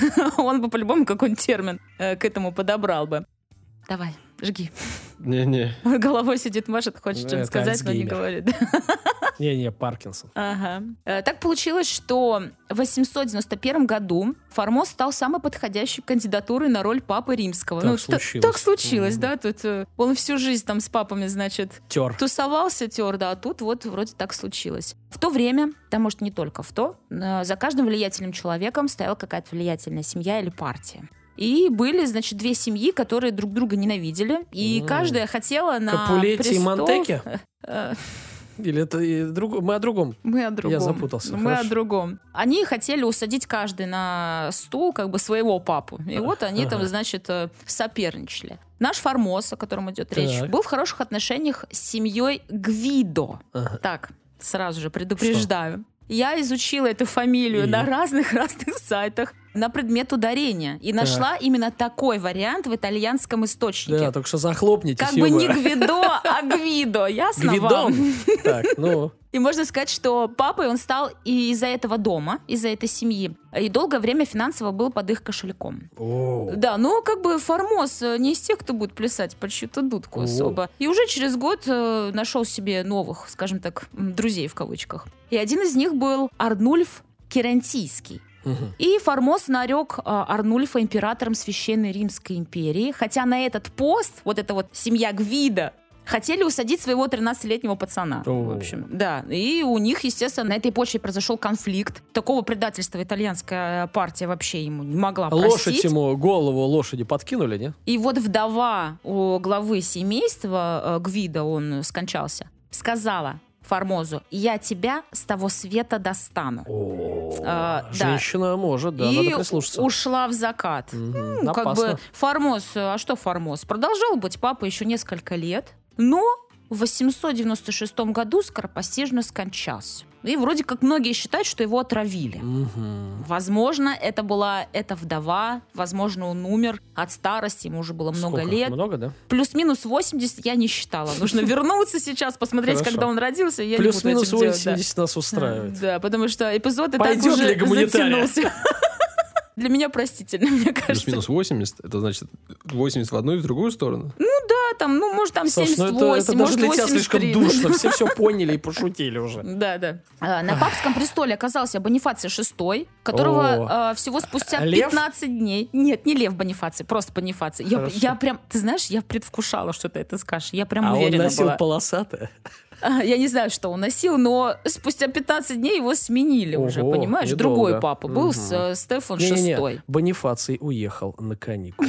Speaker 3: Он бы по-любому какой-нибудь термин к этому подобрал бы. Давай, жги.
Speaker 1: Не-не.
Speaker 3: Головой сидит, машет, хочет
Speaker 2: Ну,
Speaker 3: что-то
Speaker 2: это
Speaker 3: сказать, но не
Speaker 2: Альцгеймер.
Speaker 3: говорит.
Speaker 2: Не-не, Паркинсон.
Speaker 3: Ага. Э, Так получилось, что в восемьсот девяносто первом году Формоз стал самой подходящей кандидатурой на роль папы римского.
Speaker 2: Так
Speaker 3: т-
Speaker 2: случилось.
Speaker 3: Так случилось,
Speaker 2: Мгм.
Speaker 3: да. Тут э, он всю жизнь там с папами, значит,
Speaker 2: Тер.
Speaker 3: тусовался, тер, да, а тут вот вроде так случилось. В то время, да, может, не только в то, э, за каждым влиятельным человеком стояла какая-то влиятельная семья или партия. И были, значит, две семьи, которые друг друга ненавидели, и
Speaker 2: М.
Speaker 3: каждая хотела на
Speaker 2: Капулетти и
Speaker 3: престол...
Speaker 2: Монтеки?
Speaker 3: Э,
Speaker 2: Или это и друг... мы о другом?
Speaker 3: Мы о другом.
Speaker 2: Я запутался,
Speaker 3: Мы
Speaker 2: хорошо.
Speaker 3: о другом. Они хотели усадить каждый на стул как бы своего папу. И вот они там,
Speaker 2: Ага.
Speaker 3: значит, э, соперничали. Наш Формоз, о котором идет речь,
Speaker 2: Так.
Speaker 3: был в хороших отношениях с семьей Гвидо.
Speaker 2: Ага.
Speaker 3: Так, сразу же предупреждаю. Я изучила эту фамилию
Speaker 2: И?
Speaker 3: на разных-разных сайтах на предмет ударения. И нашла именно такой вариант в итальянском источнике.
Speaker 2: Да, только что захлопнитесь,
Speaker 3: Как бы не
Speaker 2: ё-моё.
Speaker 3: Гвидо, а Гвидо. Ясно
Speaker 2: Гвидон.
Speaker 3: вам?
Speaker 2: Так, ну...
Speaker 3: И можно сказать, что папой он стал и из-за этого дома, из-за этой семьи. И долгое время финансово был под их кошельком.
Speaker 2: О.
Speaker 3: Да, но как бы Формоз э, не из тех, кто будет плясать под чью-то дудку
Speaker 2: О.
Speaker 3: особо. И уже через год э, нашел себе новых, скажем так, м, друзей в кавычках. И один из них был Арнульф Керентийский.
Speaker 2: Мгм.
Speaker 3: И Формоз нарек а, Арнульфа императором Священной Римской империи, хотя на этот пост, вот эта вот семья Гвидо, хотели усадить своего тринадцатилетнего пацана.
Speaker 2: О.
Speaker 3: В общем, да. И у них, естественно, на этой почве произошел конфликт. Такого предательства итальянская партия вообще ему не могла простить.
Speaker 2: Лошадь ему, голову лошади подкинули, не?
Speaker 3: И вот вдова у главы семейства, э, Гвидо, он скончался, сказала Формозу: «Я тебя с того света достану».
Speaker 2: О,
Speaker 3: А, да.
Speaker 2: женщина может, да,
Speaker 3: и
Speaker 2: надо прислушаться.
Speaker 3: ушла в закат.
Speaker 2: Мгм,
Speaker 3: Ну, как
Speaker 2: опасно.
Speaker 3: бы Формоз, а что Формоз? Продолжал быть папой еще несколько лет, но в восемьсот девяносто шестом году скоропостижно скончался. И вроде как многие считают, что его отравили.
Speaker 2: Мгм.
Speaker 3: Возможно, это была эта вдова, возможно, он умер от старости, ему уже было много
Speaker 2: Сколько?
Speaker 3: лет.
Speaker 2: Много, да?
Speaker 3: Плюс-минус восемьдесят я не считала. Нужно вернуться сейчас, посмотреть,
Speaker 2: Хорошо.
Speaker 3: когда он родился. Я не
Speaker 2: Плюс-минус
Speaker 3: буду этим делать, да.
Speaker 2: восемьдесят нас устраивает.
Speaker 3: Да, потому что эпизод и так
Speaker 2: Пойдет
Speaker 3: уже
Speaker 2: ли гуманитария?
Speaker 3: затянулся. Для меня простительно, мне кажется.
Speaker 1: Плюс-минус восемьдесят, это значит восемьдесят в одну и в другую сторону?
Speaker 3: Да, там, ну, может, там
Speaker 2: Саш,
Speaker 3: семьдесят
Speaker 2: ну это,
Speaker 3: восемь,
Speaker 2: это даже
Speaker 3: может,
Speaker 2: для тебя
Speaker 3: восемьдесят три.
Speaker 2: слишком душно. Все все поняли и пошутили уже.
Speaker 3: Да, да. А, На папском престоле оказался Бонифаций шестой, которого а, всего спустя
Speaker 2: Лев?
Speaker 3: пятнадцать дней... Нет, не Лев Бонифаций, просто Бонифаций. Я,
Speaker 2: Хорошо.
Speaker 3: я прям, ты знаешь, я предвкушала, что ты это скажешь. Я прям
Speaker 2: А он
Speaker 3: уверена
Speaker 2: носил
Speaker 3: была.
Speaker 2: полосатое.
Speaker 3: А, Я не знаю, что он носил, но спустя пятнадцать дней его сменили уже,
Speaker 2: Ого,
Speaker 3: понимаешь?
Speaker 2: недолго.
Speaker 3: Другой папа был,
Speaker 2: Мгм.
Speaker 3: с, э, Стефан
Speaker 2: Не-не-не,
Speaker 3: шестой.
Speaker 2: Бонифаций уехал на каникулы.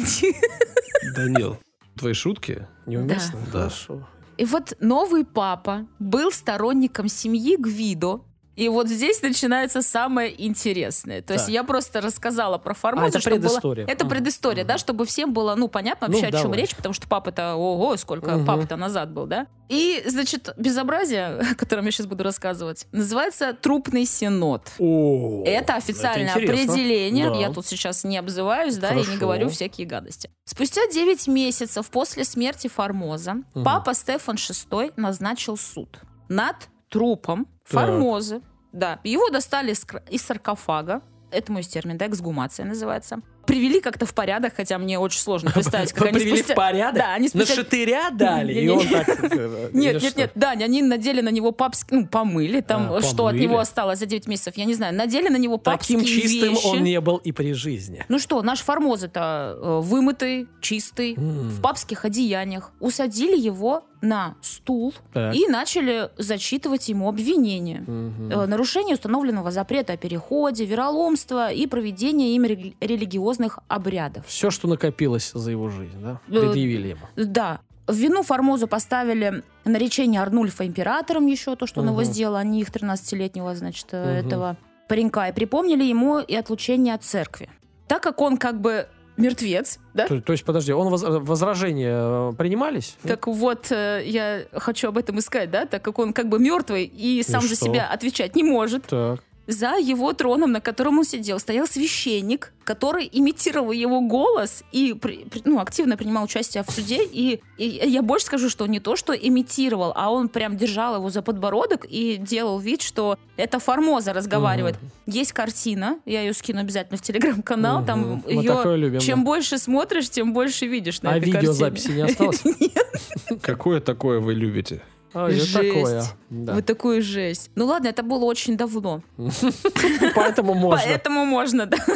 Speaker 1: Данил, твои шутки?
Speaker 2: Неуместно?
Speaker 1: Да.
Speaker 2: Хорошо.
Speaker 3: И вот новый папа был сторонником семьи Гвидо. И вот здесь начинается самое интересное. То есть
Speaker 2: Так.
Speaker 3: я просто рассказала про Формоза.
Speaker 2: А, это
Speaker 3: чтобы было-
Speaker 2: предыстория.
Speaker 3: Это
Speaker 2: Мгм.
Speaker 3: предыстория, да, чтобы всем было, ну, понятно вообще,
Speaker 2: Ну,
Speaker 3: о чем
Speaker 2: давай.
Speaker 3: речь, потому что папа-то, ого, сколько
Speaker 2: Мгм.
Speaker 3: папа-то назад был, да? И, значит, безобразие, о котором я сейчас буду рассказывать, называется трупный синод.
Speaker 2: О,
Speaker 3: Это официальное
Speaker 2: это интересно.
Speaker 3: определение.
Speaker 2: Да.
Speaker 3: Я тут сейчас не обзываюсь, да, и не
Speaker 2: Хорошо.
Speaker 3: говорю всякие гадости. Спустя девять месяцев после смерти Формоза
Speaker 2: Мгм.
Speaker 3: папа Стефан шестой назначил суд над трупом
Speaker 2: Так.
Speaker 3: Формозы. Да, его достали из кр- из саркофага. Это мой термин, да, эксгумация называется. привели как-то в порядок, хотя мне очень сложно представить, как они
Speaker 2: привели
Speaker 3: спустя...
Speaker 2: в порядок?
Speaker 3: Да, они спустя...
Speaker 2: На шатыря дали, и он так...
Speaker 3: Нет, нет, нет, да, они надели на него папские... Ну, помыли, там, что от него осталось за девять месяцев, я не знаю. Надели на него папские вещи.
Speaker 2: Таким чистым он не был и при жизни.
Speaker 3: Ну что, наш Формоза-то вымытый, чистый, в папских одеяниях. Усадили его на стул так. и начали зачитывать ему обвинения. Угу. Нарушение установленного запрета о переходе, вероломство и проведение им религиозных обрядов.
Speaker 2: Все, что накопилось за его жизнь, да? Предъявили ему.
Speaker 3: Да. В вину Формозу поставили наречение Арнульфа императором еще, то, что угу. он его сделал, а не их тринадцатилетнего, значит, угу. этого паренька. И припомнили ему и отлучение от церкви. Так как он как бы мертвец, да?
Speaker 2: То, то есть, подожди, он воз, возражения принимались?
Speaker 3: Так вот, э, я хочу об этом искать, да? Так как он как бы мертвый и сам и за что? себя отвечать не может.
Speaker 2: Так.
Speaker 3: За его троном, на котором он сидел, стоял священник, который имитировал его голос и ну, активно принимал участие в суде. И, и я больше скажу, что не то, что имитировал, а он прям держал его за подбородок и делал вид, что это Формоза разговаривает. Угу. Есть картина, я ее скину обязательно в телеграм-канал, угу. там
Speaker 2: Мы
Speaker 3: ее,
Speaker 2: любим,
Speaker 3: чем
Speaker 2: да.
Speaker 3: больше смотришь, тем больше видишь на
Speaker 2: а
Speaker 3: этой картине.
Speaker 2: А видеозаписи не осталось?
Speaker 3: Нет.
Speaker 1: Какое такое вы любите?
Speaker 2: А, жесть. Такое. Да.
Speaker 3: Вот такую жесть. Ну ладно, это было очень давно.
Speaker 2: Поэтому можно.
Speaker 3: Поэтому можно, да.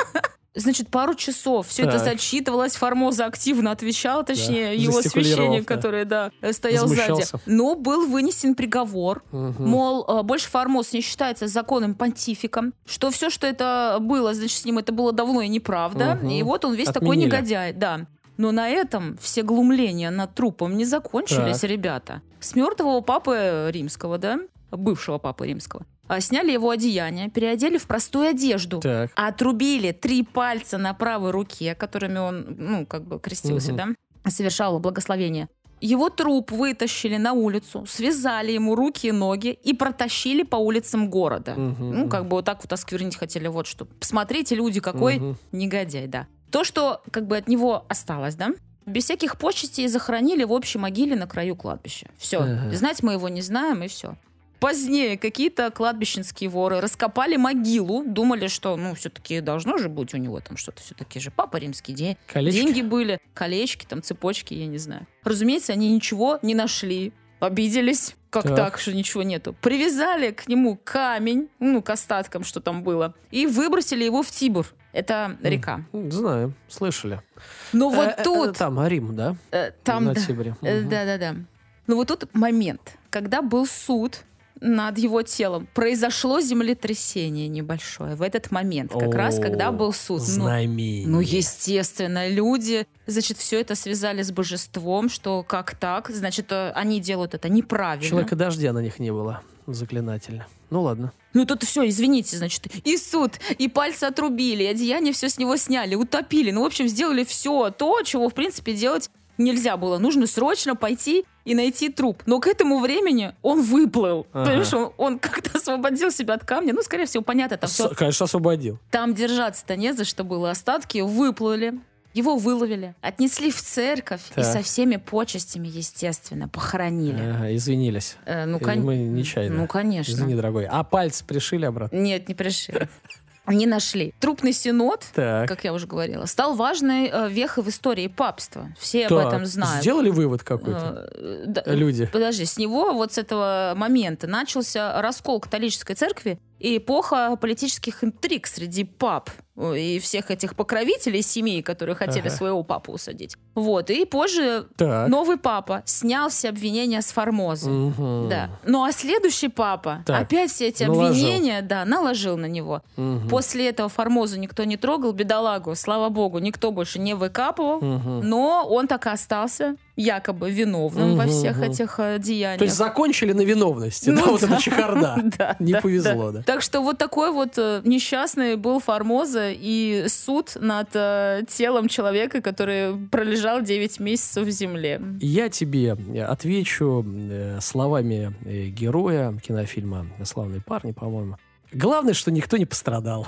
Speaker 3: Значит, пару часов все так. это зачитывалось, Формоза активно отвечал, точнее, да. его священник, да. который да, стоял сзади. Но был вынесен приговор, угу. мол, больше Формоз не считается законным понтификом, что все, что это было, значит, с ним это было давно и неправда, угу. и вот он весь Отменили. такой негодяй, да. Но на этом все глумления над трупом не закончились, так. ребята. С мертвого папы римского, да, бывшего папы римского, сняли его одеяние, переодели в простую одежду, так. отрубили три пальца на правой руке, которыми он, ну, как бы крестился, угу. да, совершал благословение. Его труп вытащили на улицу, связали ему руки и ноги и протащили по улицам города. Угу. Ну, как бы вот так вот осквернить хотели, вот что. Посмотрите, люди, какой угу. негодяй, да. То, что как бы от него осталось, да, без всяких почестей захоронили в общей могиле на краю кладбища. Все. Ага. Знать мы его не знаем, и все. Позднее какие-то кладбищенские воры раскопали могилу, думали, что, ну, все-таки должно же быть у него там что-то, все-таки же папа римский, де... деньги были, колечки, там, цепочки, я не знаю. Разумеется, они ничего не нашли. Обиделись. Как так. так, что ничего нету? Привязали к нему камень, ну, к остаткам, что там было, и выбросили его в Тибр. Это река.
Speaker 2: Знаем, слышали.
Speaker 3: Но вот э, тут...
Speaker 2: Э, там Рим, да?
Speaker 3: Э, там,
Speaker 2: на
Speaker 3: да.
Speaker 2: Тибре.
Speaker 3: Да-да-да. Угу. Но вот тут момент, когда был суд над его телом, произошло землетрясение небольшое. В этот момент, как О, раз, когда был суд.
Speaker 2: Знамение.
Speaker 3: Ну, ну, естественно, люди, значит, все это связали с божеством, что как так? Значит, они делают это неправильно.
Speaker 2: Человека дождя на них не было, заклинательно. Ну, ладно.
Speaker 3: Ну, тут все, извините, значит, и суд, и пальцы отрубили, и одеяние все с него сняли, утопили. Ну, в общем, сделали все то, чего, в принципе, делать нельзя было. Нужно срочно пойти и найти труп. Но к этому времени он выплыл. Ага. Понимаешь, он, он как-то освободил себя от камня. Ну, скорее всего, понятно. Там все...
Speaker 2: Конечно, освободил.
Speaker 3: Там держаться-то не за что было. Остатки выплыли. Его выловили, отнесли в церковь так. и со всеми почестями, естественно, похоронили.
Speaker 2: Ага, извинились.
Speaker 3: Э, ну, кон...
Speaker 2: Мы нечаянно.
Speaker 3: Ну, конечно.
Speaker 2: Извини, дорогой. А пальцы пришили обратно?
Speaker 3: Нет, не пришили. Не нашли. Трупный синод, так. как я уже говорила, стал важной э, вехой в истории папства. Все так. об этом знают.
Speaker 2: Сделали вывод какой-то? Э, да, люди.
Speaker 3: Подожди, с него, вот с этого момента, начался раскол католической церкви и эпоха политических интриг среди пап и всех этих покровителей семей, которые хотели ага. своего папу усадить. Вот. И позже так. новый папа снял все обвинения с Формозы. Угу. Да. Ну а следующий папа так. опять все эти наложил. обвинения да, наложил на него. Угу. После этого Формозу никто не трогал, бедолагу, слава богу, никто больше не выкапывал. Угу. Но он так и остался якобы виновным угу, во всех угу. этих э, деяниях.
Speaker 2: То есть закончили на виновности. Ну, да, вот это чехарда. Не повезло, да.
Speaker 3: Так что вот такой вот э, несчастный был Формоза и суд над э, телом человека, который пролежал девять месяцев в земле.
Speaker 2: Я тебе отвечу э, словами э, героя кинофильма «Славные парни», по-моему. Главное, что никто не пострадал.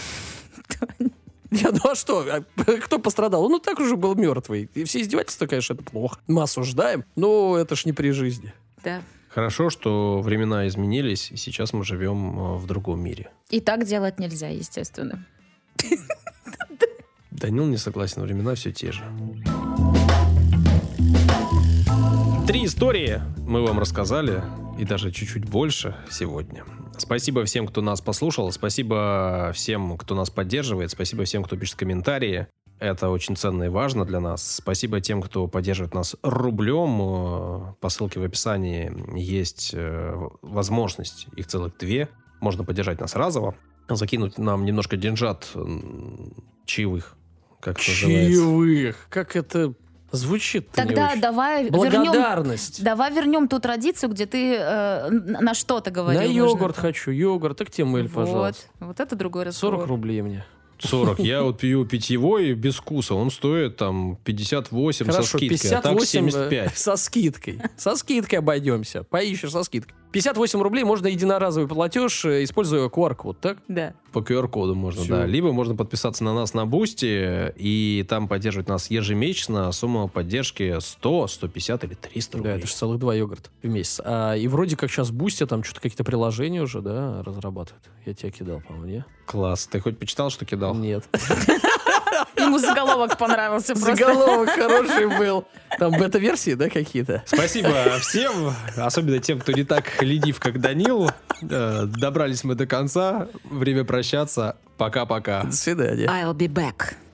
Speaker 2: Я, ну а что? Кто пострадал? Он ну, так уже был мертвый. И все издевательства, конечно, это плохо. Мы осуждаем, но это ж не при жизни.
Speaker 3: Да.
Speaker 1: Хорошо, что времена изменились, и сейчас мы живем в другом мире.
Speaker 3: И так делать нельзя, естественно.
Speaker 1: Данил не согласен, времена все те же. Три истории мы вам рассказали, и даже чуть-чуть больше сегодня. Спасибо всем, кто нас послушал, спасибо всем, кто нас поддерживает, спасибо всем, кто пишет комментарии. Это очень ценно и важно для нас. Спасибо тем, кто поддерживает нас рублем. По ссылке в описании есть возможность, их целых две. Можно поддержать нас разово, закинуть нам немножко деньжат чаевых, как это называется.
Speaker 2: Чаевых, как это... Звучит
Speaker 3: Тогда давай
Speaker 2: благодарность.
Speaker 3: Вернем, давай вернем ту традицию, где ты э, на что-то говорил.
Speaker 2: На йогурт нужно. Хочу, йогурт. Так тебе мыль, вот. Пожалуйста.
Speaker 3: Вот это другой разговор.
Speaker 2: сорок рублей мне.
Speaker 1: сорок. Я вот пью питьевой без вкуса. Он стоит там пятьдесят восемь. Хорошо, со скидкой,
Speaker 2: пятьдесят восемь,
Speaker 1: а так семьдесят пять.
Speaker 2: Со скидкой. Со скидкой обойдемся. Поищешь со скидкой. пятьдесят восемь рублей можно единоразовый платеж, используя ку ар-код, так?
Speaker 3: Да.
Speaker 1: По ку ар-коду можно, Все. Да. Либо можно подписаться на нас на Бусти и там поддерживать нас ежемесячно. Сумма поддержки сто, сто пятьдесят или триста рублей.
Speaker 2: Да, это же целых два йогурта в месяц. А, и вроде как сейчас Бусти там что-то какие-то приложения уже, да, разрабатывают. Я тебя кидал, по-моему, не?
Speaker 1: Класс. Ты хоть почитал, что кидал?
Speaker 2: Нет.
Speaker 3: Ему заголовок понравился просто.
Speaker 2: Заголовок хороший был. Там бета-версии, да, какие-то?
Speaker 1: Спасибо всем, особенно тем, кто не так ленив, как Данил. Добрались мы до конца. Время прощаться. Пока-пока.
Speaker 2: До свидания.
Speaker 3: I'll be back.